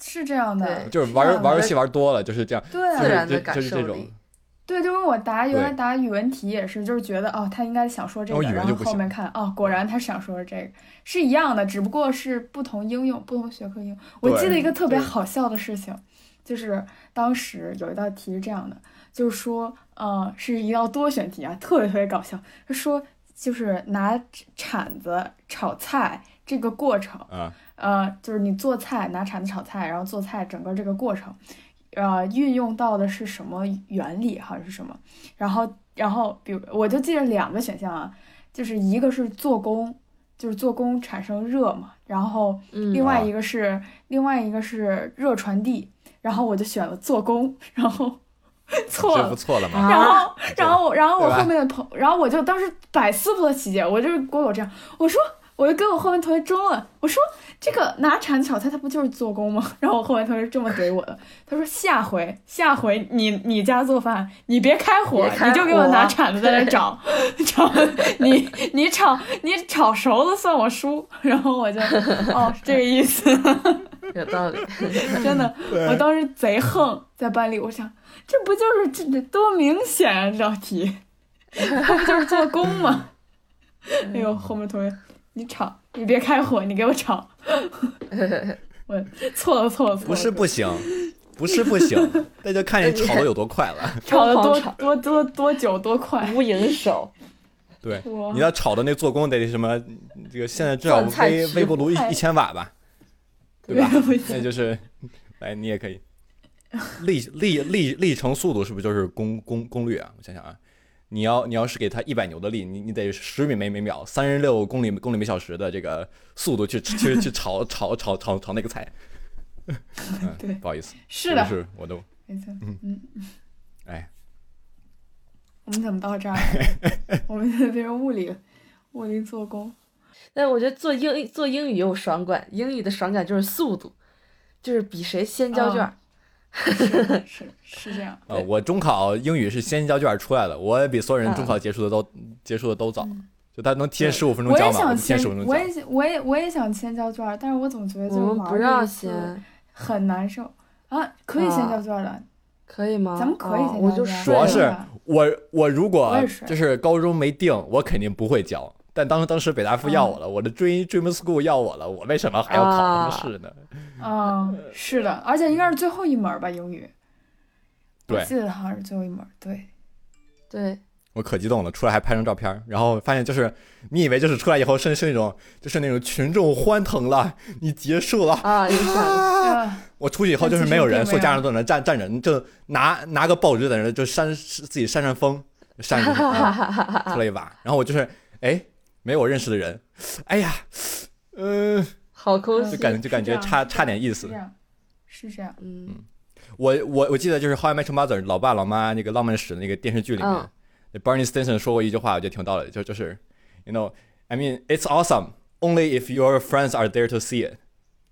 是这样的， 对就是是这样的玩玩游戏玩多了就是这样， 对啊就是自然的就感受力就是这种。 对，就跟我答原来对答语文题也是，就是觉得哦，他应该想说这个， 然后语文然后后就不行面看哦，果然他想说的这个是一样的，只不过是不同应用、不同学科应用。我记得一个特别对好笑的事情，就是当时有一道题是这样的，就是说，呃，是一道多选题啊，特别特别搞笑。他说，就是拿铲子炒菜这个过程， 啊， 呃，就是你做菜拿铲子炒菜，然后做菜整个这个过程。呃，运用到的是什么原理，好像是什么，然后，然后，比如我就记得两个选项啊，就是一个是做工，就是做工产生热嘛，然后嗯啊另外一个是、另外一个是热传递，然后我就选了做工，然后错了这不，错了吗？ 啊然后，然后，然后我对吧后面的朋，然后我就当时百思不得其解，我就是给我这样，我说，我就跟我后面同学争论，我说这个拿铲子炒菜，它不就是做工吗？然后我后面同学这么怼我的，他说下回下回你你家做饭，你别开火， 别开你就给我火拿铲子在那炒，炒你你炒你炒熟了算我输，然后我就哦这个意思， 有道理。 真的，我当时贼横，在班里，我想这不就是这多明显啊这道题，这不就是做工吗？哎呦，后面同学，你炒，你别开火，你给我炒。我错了错了错了， 不是不行，不是不行，那就看你炒的有多快了。 炒的多疯狂炒多多多久多快。 无影手， 对， 哇你要炒的那做工得什么？这个现在至少钻菜区微微波炉一太一千瓦吧，对吧对不？行那就是，来你也可以。历历历历程速度是不是就是功功功率啊？我想想啊，你要你要是给它一百牛的力，你你得十米每每秒，三十六公里公里每小时的这个速度去去去炒炒炒炒炒那个菜。嗯， 对不好意思， 是的， 这是我都没错， 嗯嗯， 哎， 我们怎么到这儿了？我们现在变成物理物理做工。 但我觉得做英做英语有爽感，英语的爽感就是速度，就是比谁先交卷儿。 是是是这样， 呃，我中考英语是先交卷出来的，我也比所有人中考嗯结束的都、结束的都早， 嗯就他能提前十五分钟我也交嘛，我想就提前先十五分钟交。 我也想我也我也想先交卷儿，但是我总觉得就我们玩不让儿这一次先， 很难受啊，可以先啊交卷儿的， 可以吗？ 咱们可以哦先交卷儿我就睡主要是了我我如我果也是就是高中没定，我肯定不会交。但当当时北大附要我了，我的 Dream Dream School 要我了，我为什么还要考啊什么试呢？ 嗯，是的，而且应该是最后一门儿吧，英语。我对记得好像是最后一门儿，对。 对， 我可激动了，出来还拍张照片，然后发现就是你以为就是出来以后是是那种就是那种群众欢腾了，你结束了。 啊，影响啊， 我出去以后就是没有人， 但其实并没有所有家长都在那站站着，就拿拿个报纸在那就扇自己扇扇风，扇着出来一把。然后我就是哎，没有我认识的人，哎呀，嗯、 好空嗯虚。 就感就感觉差差点意思是这。样，是这样。 嗯我我我记得就是《How I Met Your Mother》老爸老妈那个浪漫史的那个电视剧里面， 嗯那 Barney Stinson 说过一句话，我觉得挺有道理，就就是 You know, I mean, it's awesome only if your friends are there to see it。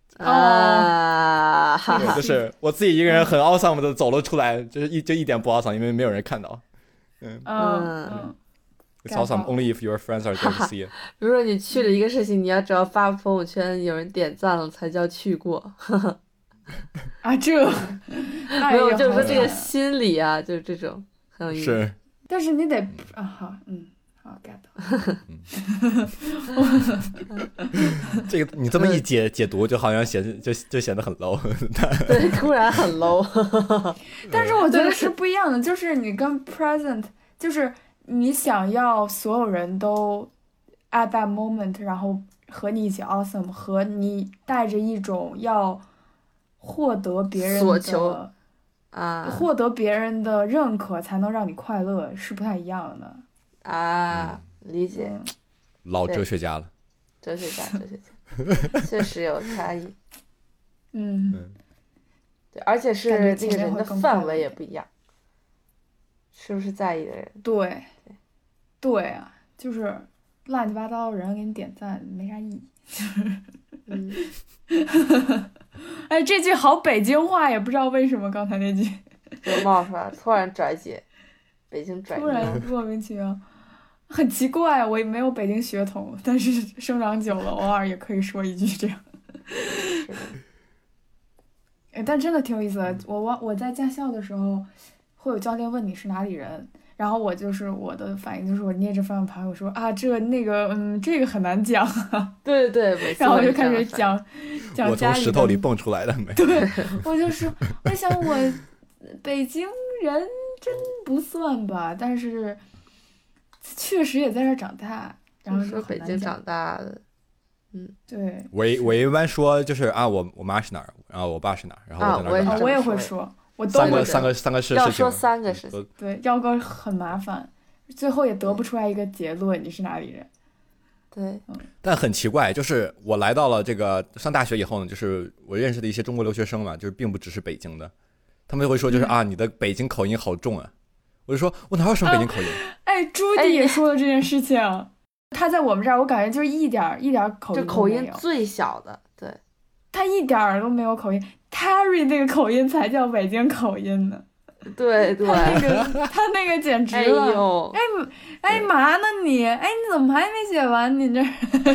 啊，哈对， 哈就，是我自己一个人很 awesome 的走了出来，就是一就一点不 awesome，因为没有人看到。 嗯嗯嗯， It's awesome 盖爆 only if your friends are there to see it。 比如说你去了一个事情，你要只要发朋友圈，有人点赞了才叫去过。 啊，这那没有， 也就是说这个好惨心理啊，就是这种很有意思。 是， 但是你得啊，好，嗯，好 get 到。 这个你这么一解解读，就好像显就就显得很 low。 对，突然很 low。 但是我觉得是不一样的，就是你跟 present，就是你想要所有人都 at that moment，然后和你一起 awesome，和你带着一种要获得别人索求的啊获得别人的认可才能让你快乐，是不太一样的。 啊，理解， 嗯老哲学家了。 哲学家，哲学家，确实有差异。 嗯， 嗯， 对，而且是感觉那个人前面会的范围更快乐一也不一样，是不是在意的人？ 对，对啊，就是乱七八糟的人给你点赞没啥意义。 嗯， 哎，这句好北京话，也不知道为什么刚才那句就冒出来，突然拽姐，北京拽突然你。 莫名其妙，很奇怪。我也没有北京血统，但是生长久了，偶尔也可以说一句这样。 哎，但真的挺有意思的。我忘我在驾校的时候，会有教练问你是哪里人，然后我就是我的反应就是我捏着方向盘，我说啊这那个嗯这个很难讲， 对对，每次然后我就开都是这样的始讲讲我家里从石头里的蹦出来的没？ 对，我就说，我想我北京人真不算吧，但是确实也在这儿长大，然后就说就很难讲。 北京长大的， 对， 我一我一般说就是啊，我我妈是哪儿，然后我爸是哪儿，然后啊我也我在哪儿长大。 啊我也这么说会说，我都会说三个三个三个事要事情说三个事情都对，要不然很麻烦，最后也得不出来一个结论，你是哪里人。 对， 但很奇怪，就是我来到了这个上大学以后呢，就是我认识的一些中国留学生嘛，就是并不只是北京的，他们就会说就是、 嗯啊，你的北京口音好重啊。我就说我哪有什么北京口音？ 哎，朱哎迪也说了这件事情，他在我们这儿，我感觉就是一点儿一点儿口这音都没有， 口音最小的，对， 他一点儿都没有口音。Terry 那个口音才叫北京口音呢， 对对， 他那个他那个简直哎了。 呦， 哎哎嘛呢你？哎你怎么还没写完？你这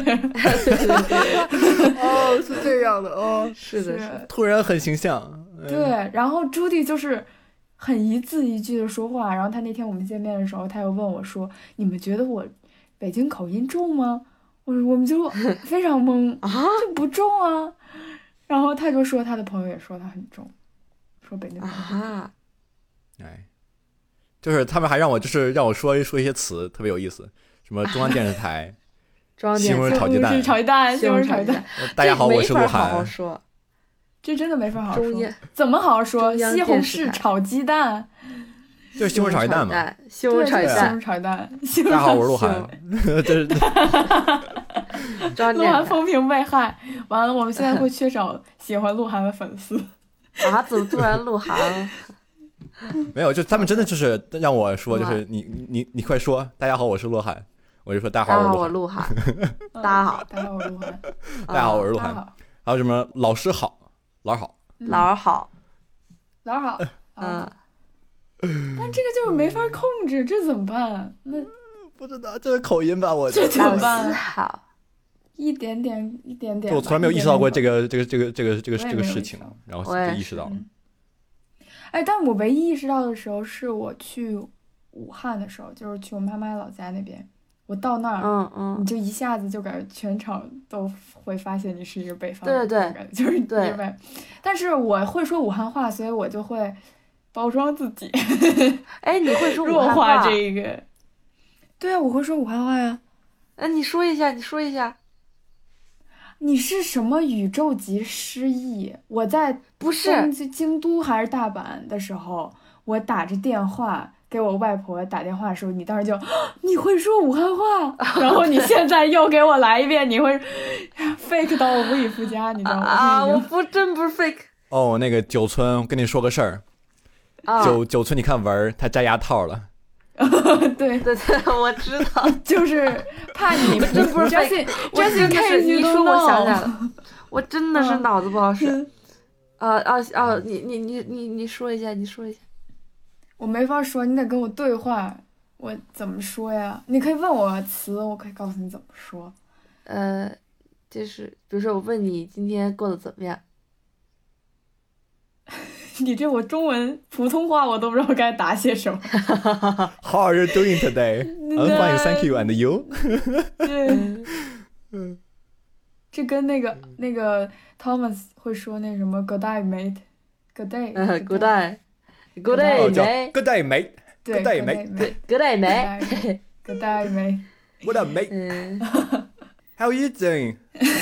哦，是这样的哦， 是的，是的， 突然很形象。哎对，然后朱迪就是很一字一句的说话，然后他那天我们见面的时候，他又问我说：“你们觉得我北京口音重吗？”我说我们就非常懵啊， 这不重啊。然后他就说他的朋友也说他很重，说北京口音很重。 啊， 哎，就是他们还让我就是让我说说一些词，特别有意思，什么中央电视台， 中央西红电视柿炒鸡蛋西红柿炒鸡蛋，西红柿炒鸡蛋， 大家好，我是鹿这没法好好晗。 说， 这真的没法好好说中央。 怎么好好说？ 中央西红电视台柿炒鸡蛋， 就是西红柿炒鸡蛋嘛。 西红柿炒鸡对，西蛋红，柿炒鸡蛋。西红大家好， 柿我是鹿晗。这是中央鹿电视晗风评被害，完了，我们现在会缺少喜欢鹿晗的粉丝。 台啊，怎么突然鹿晗了？ 没有，就他们真的就是让我说，就鹿晗是你你你快说，大家好，我是鹿晗。我就说大家好， 大家好， 我是鹿我晗。 鹿晗，大家好， 大家好，我是鹿晗。 大家好，我是鹿晗。 大家好， 还有什么老师好，老儿好。 嗯老儿好， 老儿好。 嗯， 但这个就是没法控制，这怎么办？那不知道这是口音吧？我这怎么老办师好， 一点点，一点点吧。 我从来没有意识到过这个。 个这个这个这个这个我也这个事情没有意识到， 然后我也就意识到了。 嗯哎，但我唯一意识到的时候，是我去武汉的时候，就是去我妈妈老家那边。我到那儿， 嗯嗯， 你就一下子就感觉全场都会发现你是一个北方对对人那种感觉就是对因为，但是我会说武汉话，所以我就会包装自己， 哎，你会说武弱汉化话？ 这个。对啊，我会说武汉话呀。 哎，你说一下，你说一下， 你是什么宇宙级失忆？我在不是东京都还是大阪的时候，我打着电话给我外婆打电话的时候，你当时就你会说武汉话，然后你现在又给我来一遍，你会 fake 到无以复加，你知道吗？ 啊，我我已经不真不是 fake 哦，那个九村，我跟你说个事儿。 啊， 九九村，你看文儿，他摘牙套了。 对， 对对，我知道， 就是怕你真不是 just fake， in 我 just 真 in 的是 case 你 you 一 don't 说我想起来 know。 了，我真的是嗯脑子不好使。 嗯呃啊啊，你你你你你说一下，你说一下。 我没法说，你得跟我对话，我怎么说呀？你可以问我词，我可以告诉你怎么说。 呃，就是比如说我问你今天过得怎么样， 你这我中文普通话我都不知道该答些什么。 How are you doing today? I'm fine, thank you. And you? 对， 嗯这跟那个那个 Thomas 会说那什么 Good day mate，Good day， 嗯，good day，good 哦， day 叫没 Good day, mate. 对 Good day, Good mate. day good day 没， mate，Good day mate。 What up, mate? 嗯， How are you doing?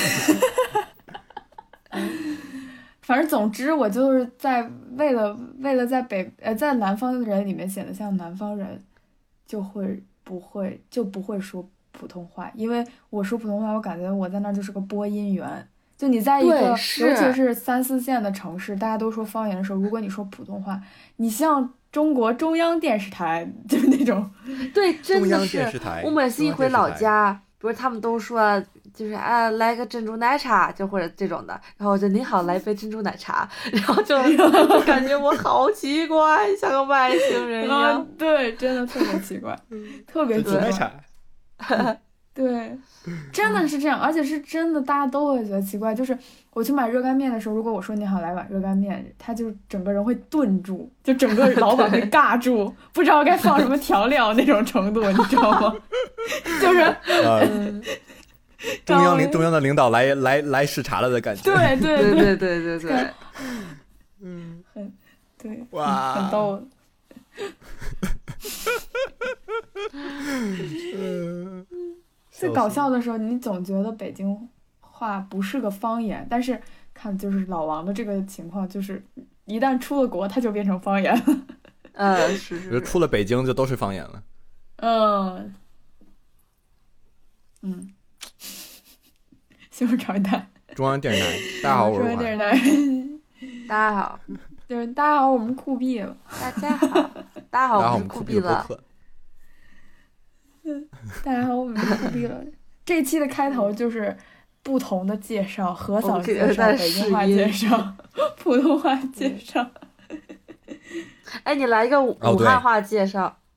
反正总之，我就是在为了为了在北呃在南方人里面显得像南方人，就会不会就不会说普通话，因为我说普通话，我感觉我在那儿就是个播音员。就你在一个对是尤其是三四线的城市，大家都说方言的时候，如果你说普通话，你像中国中央电视台就是那种， 对，真中的央电视是。 台。 我每次一回老中央电视台， 家，比如他们都说就是啊来个珍珠奶茶，就或者这种的，然后我就您好来一杯珍珠奶茶，然后就我感觉我好奇怪，像个外星人一啊样。， 对，真的特别奇怪，特别奇怪。 珍珠奶茶。 对，真的是这样，而且是真的，大家都会觉得奇怪。就是我去买热干面的时候，如果我说你好来碗热干面，他就整个人会顿住，就整个老板会尬住，不知道该放什么调料那种程度，你知道吗？就是， 呃，中央领中央的领导来来来视察了的感觉。 对对对对对对对， 嗯，很对， 哇， 很逗。最搞笑的时候，你总觉得北京话不是个方言，但是看就是老王的这个情况，就是一旦出了国，它就变成方言了。 嗯，是是。 出了北京就都是方言了。 嗯嗯，西红柿炒鸡蛋。 中央电视台，大家好，我是中央电视台。 大家好， 就是大家好，我们酷毙了。 大家好，大家好，我们酷毙了。 大家好，我们酷毙了。这期的开头就是不同的介绍，和嫂介绍，北京话介绍，普通话介绍。 哎，你来一个武汉话介绍。 哦、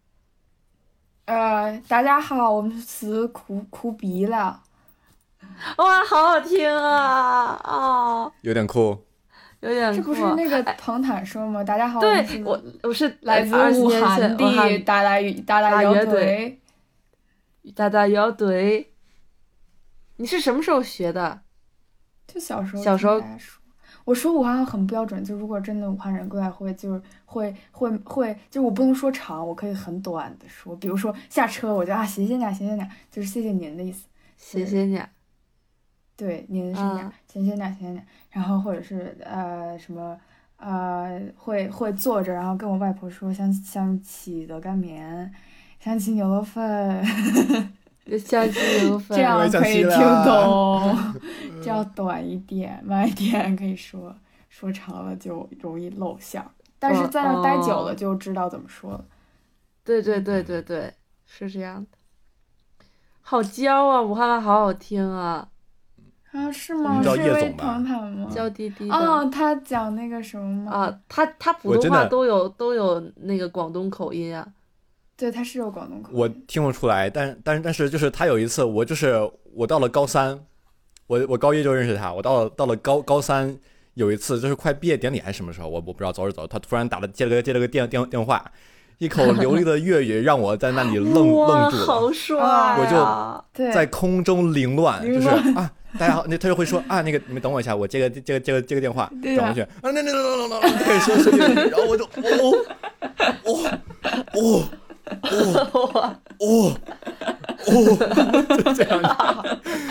呃，大家好，我们是酷酷毙了。 哇，好好听啊！哦， 有点酷。 有点这不是那个彭坦说吗？大家好， 对我我是来自武汉的大大大大乐队， 大大乐队。你是什么时候学的？ 就小时候。 小时候， 我说武汉话很标准，就如果真的武汉人过来会，就是会会会，就我不能说长，我可以很短的说，比如说下车我就啊谢谢你，谢谢你，就是谢谢您的意思， 谢谢你。 对，您是你，谢谢你，谢谢你。然后或者是呃什么呃会会坐着，然后跟我外婆说想想起热干面，想起牛肉粉， 想起牛肉粉， 这样可以听懂。这样短一点，慢一点可以说，说长了就容易露馅儿。但是在那待久了就知道怎么说了。 对对对对对，是这样的。好娇啊，武汉话好好听啊。 啊，是吗？是因为彭坦吗？ 娇滴滴的。 哦，他讲那个什么吗？ 啊，他他普通话都有都有那个广东口音啊。 对，他是有广东口音。 我听不出来，但但但是就是他有一次，我就是我到了高三，我我高一就认识他，我到了到了高高三有一次就是快毕业典礼还是什么时候，我我不知道，早日早他突然打了接了个接了个电电电话。一口流利的粤语让我在那里愣愣住了， 好帅啊！ 我就在空中凌乱，就是啊，大家好，那他就会说啊，那个你们等我一下，我接个这个这个这个电话转过去，啊，那那那那那那开始说说粤语，然后我就哦哦哦哦哦哦，就这样，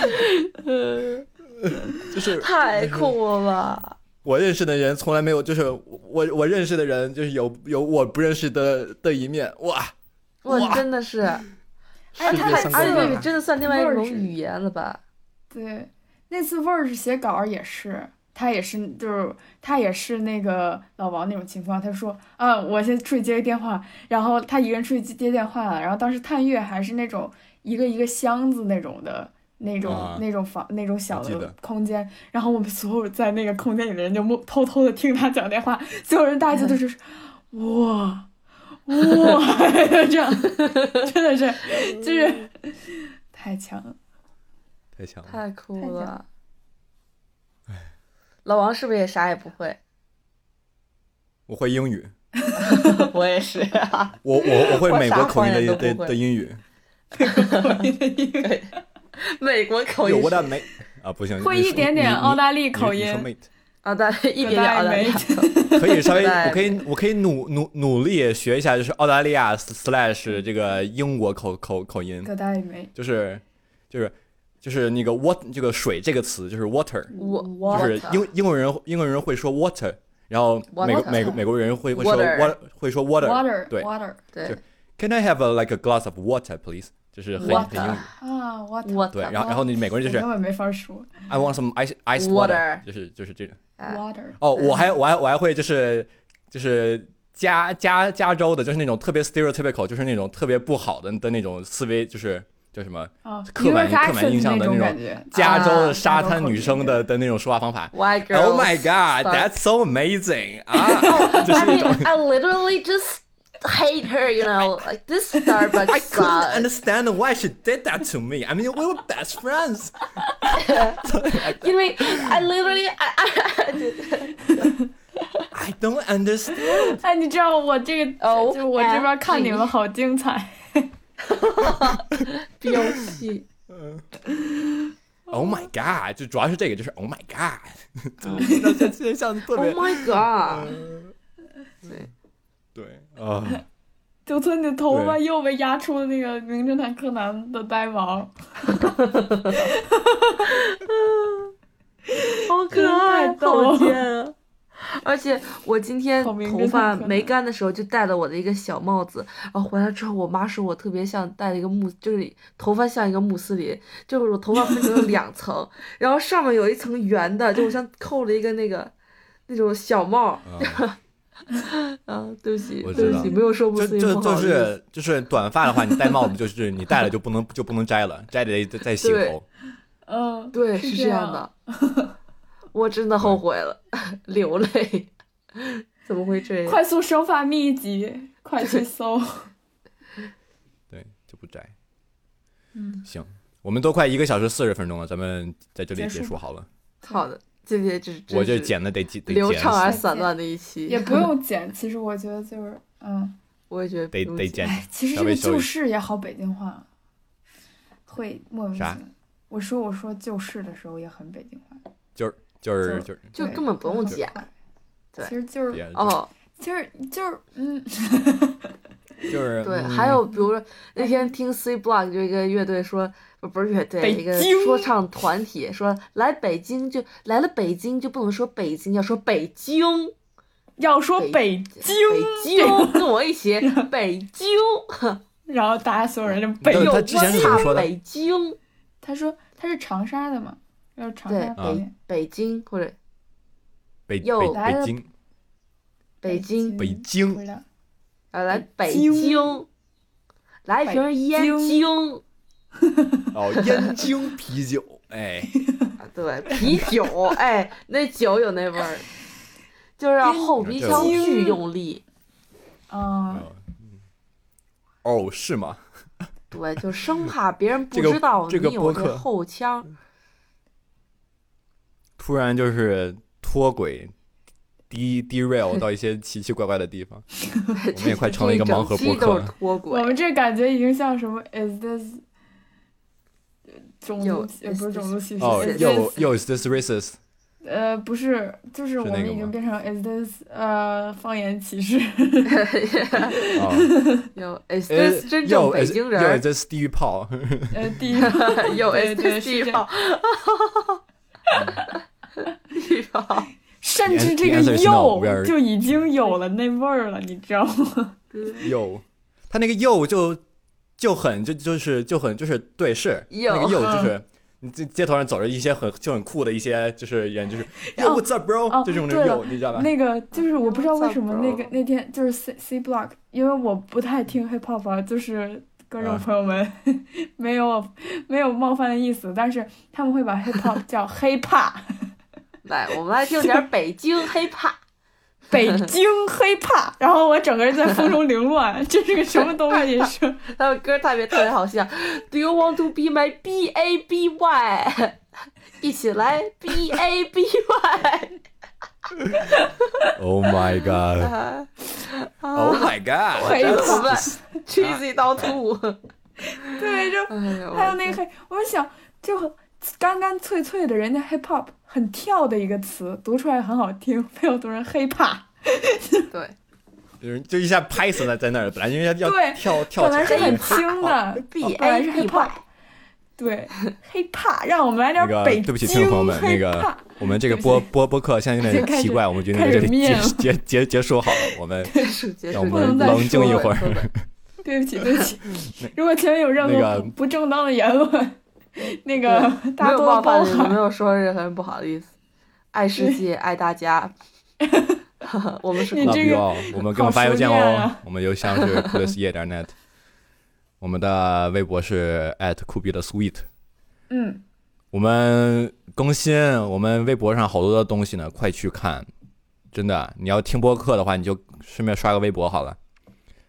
就是太酷了。 我认识的人从来没有，就是我我认识的人就是有有我不认识的的一面，哇哇，真的是，哎，他而且粤语真的算另外一种语言了吧？ 对，那次味儿是写稿也是，他也是就是他也是那个老王那种情况，他说啊，我先出去接个电话，然后他一个人出去接电话了，然后当时探月还是那种一个一个箱子那种的。那种、啊、那种房那种小的空间，然后我们所有在那个空间里的人就偷偷的听他讲电话，所有人大家都是、嗯、哇哇这样，真的是就是太强了， 太强了， 太酷了。老王是不是也啥也不会？ 我会英语。 我也是啊。 我我我会美国口音的的的英语。 美国口音的英语。 美国口音有的没啊，不行， 会一点点澳大利口音， 澳大利一点点澳大利可以稍微，我可以我可以努努努力学一下，就是澳大利亚 slash 这个英国口口口音，就是就是就是那个 what 这个水这个词就是 water， 就是英英国人英国人会说 water， 然后美国美美国人会会说 water 会说 water， 对 water 对 ，Can I have a, like a glass of water, please？就是很很英语啊 ，water 对，然后然后你美国人就是根本没法说 ，I want some ice ice water， 就是就是这个 water。 哦，我还我还我还会就是就是加加加州的，就是那种特别 stereotypical， 就是那种特别不好的的那种思维，就是叫什么刻板刻板印象的那种加州的沙滩女生的的那种说话方法。 White girls. Oh my god, that's so amazing 啊！就是 I mean, I literally just hate her, you know, like this Starbucks I couldn't sucks. understand why she did that to me. I mean, we were best friends. 因为 I literally I, I, I don't understand. 哎，你知道我这个， 哦就我这边看你们好精彩。 飙戏。 Oh my god！ 就主要是这个，就是 Oh my god！ 就像像特 Oh 别 my god！ 对， 对啊。 九村，你的头发对又被压出了那个名侦探柯南的呆毛， 好可爱， 太逗了好贱啊！而且我今天好名头侦探柯南发没干的时候，就戴了我的一个小帽子，然后回来之后，我妈说我特别像戴了一个穆，就是头发像一个穆斯林，就是我头发分成了两层，然后上面有一层圆的，就我像扣了一个那个那种小帽。啊，对不起， 我知道对不起，没有说穆就斯林， 就就不好意思。 是就是短发的话，你戴帽子就是你戴了就不能就不能摘了，摘得再洗头。 嗯， 对， 是是这样样的。我真的后悔了，流泪。怎么会这样？ 快速生发秘籍，快去搜。 对，就不摘。 嗯， 行，我们都快一个小时四十分钟了，咱们在这里结束结束好了。 好的，今天这是我这这剪的得得得流剪畅而散乱的一期， 也不用剪，其实我觉得就是，嗯， 我也觉得得不用得剪， 哎，其实这个就稍微修一事也好北京话，会莫名其啥妙。我说我说就事的时候也很北京话， 就是就是就是对就根本不用就剪。 其实就是别哦， 其实就是嗯， 就是对， 嗯还有比如说那天听 C Block 就一个乐队说，不不是乐队， 北一个京说唱团体说来北京就来了北京就不能说北京，要说北京， 要说北北京， 北京，跟我一起北京， 然后大家所有人就北对他有之前是怎么说的北京， 他说他是长沙的嘛，要长对沙北面北京或者北又北来了北京北京， 北京不知道啊来北京京，来一瓶燕京， 哦，燕京啤酒，哎， 啊对，啤酒，哎，那酒有那味儿，就是要后鼻腔燕京巨用力。 啊， 哦，是吗？ 对，就生怕别人不这个知道这个你有这播客后腔。 突然就是脱轨，de derail 到一些奇奇怪怪的地方，我们也快成了一个盲盒播这一整期都是客了。 我脱轨。 们这感觉已经像什么 is this 种有族也不是种族歧视哦， ，is 又 this 又 is this racist？ 呃不是，就是我们已经是那个吗变成 is this 呃方言歧视， 哦， 有 is 呃 this 真正又北 is 京又人 is this 地狱炮？ 呃第一有对 is 对 this 是这地炮，地炮。 甚至这 The 个 answer is no, 又 we are- 就已经有了那味儿了，你知道吗？ 又，他那个又就就很就就是就很就是对是又那个又就是。你这街头上走着一些很就很酷的一些就是人，就是哦 Yo what's up bro，、 哦就这种对了又，你知道吧？ 那个就是我不知道为什么 What's up, 那 bro？ 个那天就是 C C Block，因为我不太听 hip hop，啊就是观众啊朋友们、没有没有冒犯的意思，但是他们会把 hip hop 叫黑怕， 来，我们来听点北京黑怕。 北京黑怕，然后我整个人在风中凌乱，这是个什么东西？是他们歌特别特别好笑。Do you want to be my B A B Y？ 一起来 B A B Y。 Oh my god！Oh 啊 my god！ 黑真的怕， cheesy 到吐。 对，就哎呀， 还有那个黑，我就想就很干干脆脆的，人家 hip hop 很跳的一个词，读出来很好听，非要读成黑怕。 对， 就是就一下拍死了在那儿，本来应该要对跳跳本来是很起来的轻的 B 本来 A 是 B hip hop， Y。 对，黑怕，让我们来点那个北京对不起听众朋友们，那个黑怕我们这个对不起播播播客现在有点已经开始奇怪，我们决定在开这里结始灭了结结结束好了，我们结束结束， 让我不能再们冷静一说会儿。 对不起，对不起，如果前面有任那个何不不正当的言论，那个大没有家多冒犯人，没包涵。 有说任何人不好意思，爱世界，爱大家。我们是你 Love 这 you 个 all，我们给我们发邮件哦好熟练啊， 我们邮箱是酷的 s 夜点 net，我们的微博是 at 酷比的 sweet。 嗯， 我们更新我们微博上好多的东西呢，快去看！真的，你要听播客的话，你就顺便刷个微博好了。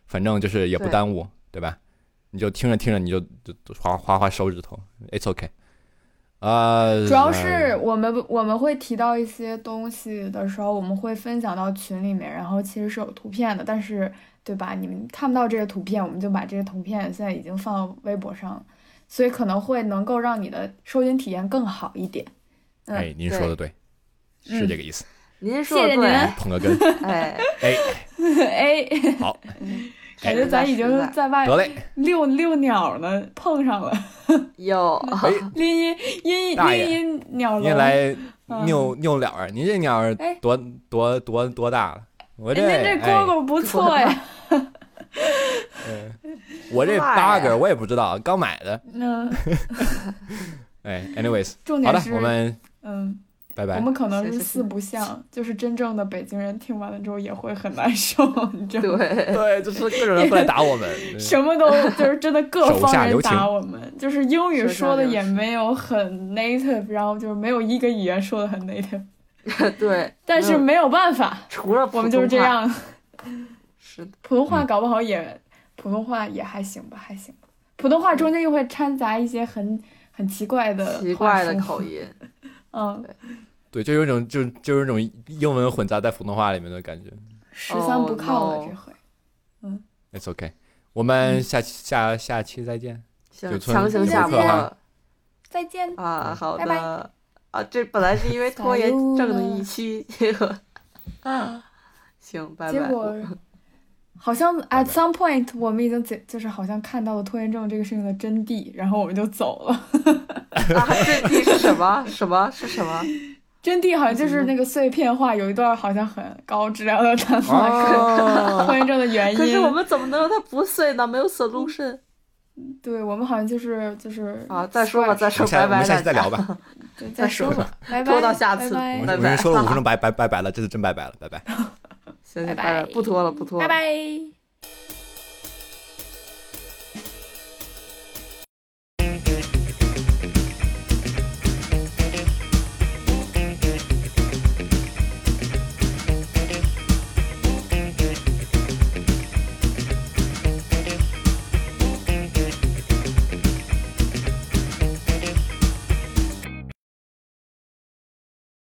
反正就是也不耽误， 对, 对吧？你就听着听着你就就划划划手指头 ，it's okay。呃， 主要是我们我们会提到一些东西的时候，我们会分享到群里面，然后其实是有图片的，但是对吧？你们看不到这些图片，我们就把这些图片现在已经放到微博上了，所以可能会能够让你的收听体验更好一点。嗯、 哎，您说的对， 对是这个意思。 您说的对， 捧个哏。 哎哎哎， 好， 感觉咱已经在外得嘞， 遛遛鸟呢，碰上了。 有哎， 林音音大爷音音鸟笼， 您来嗯遛遛鸟儿，您这鸟儿哎多多多多大了？我这您这蝈蝈不错呀。 哎我这八个我也不知道，刚买的。 嗯， 哎，anyways，好的， 重点是我们嗯。 拜拜。 我们可能是是是四不像，就是真正的北京人听完了之后也会很难受，你知道吗？ 对对，就是各种人会来打我们。 什么都就是真的各手方人下留情打我们，就是英语手下说的也留情没有很 native，然后就是没有一个语言说的很 native， 对， 但是没有办法， 除了我们就是这样。 是的， 普通话搞不好也，普通话也还行吧，还行吧。普通话中间又会掺杂一些很很奇怪的奇怪的话术口音， 嗯， 对，就有一种就就有一种英文混杂在普通话里面的感觉。 十三不靠了 Oh, no 这回。 It's okay， 我们下期下下期再见。 行， 就强行下播再见了再见。 啊！好的拜拜啊，这本来是因为拖延症的一期，结果啊，行，拜拜。 结果好像 at some point 我们已经解就是好像看到了拖延症这个事情的真谛，然后我们就走了。 啊，真谛是什么？什么是什么？ 真谛好像就是那个碎片化，有一段好像很高质量的谈话， 哦拖延症的原因。 可是我们怎么能让它不碎呢？没有 solution 对我们好像就是就是啊！再说吧，再说， 我们下拜拜， 我们下期再大家聊吧。 对再说吧，拜拜， 拖到下次拜拜我们我们说了五分钟，拜拜拜拜了，这次真拜拜了，拜拜。 行行， 拜拜拜，不拖了，不拖了拜。拜。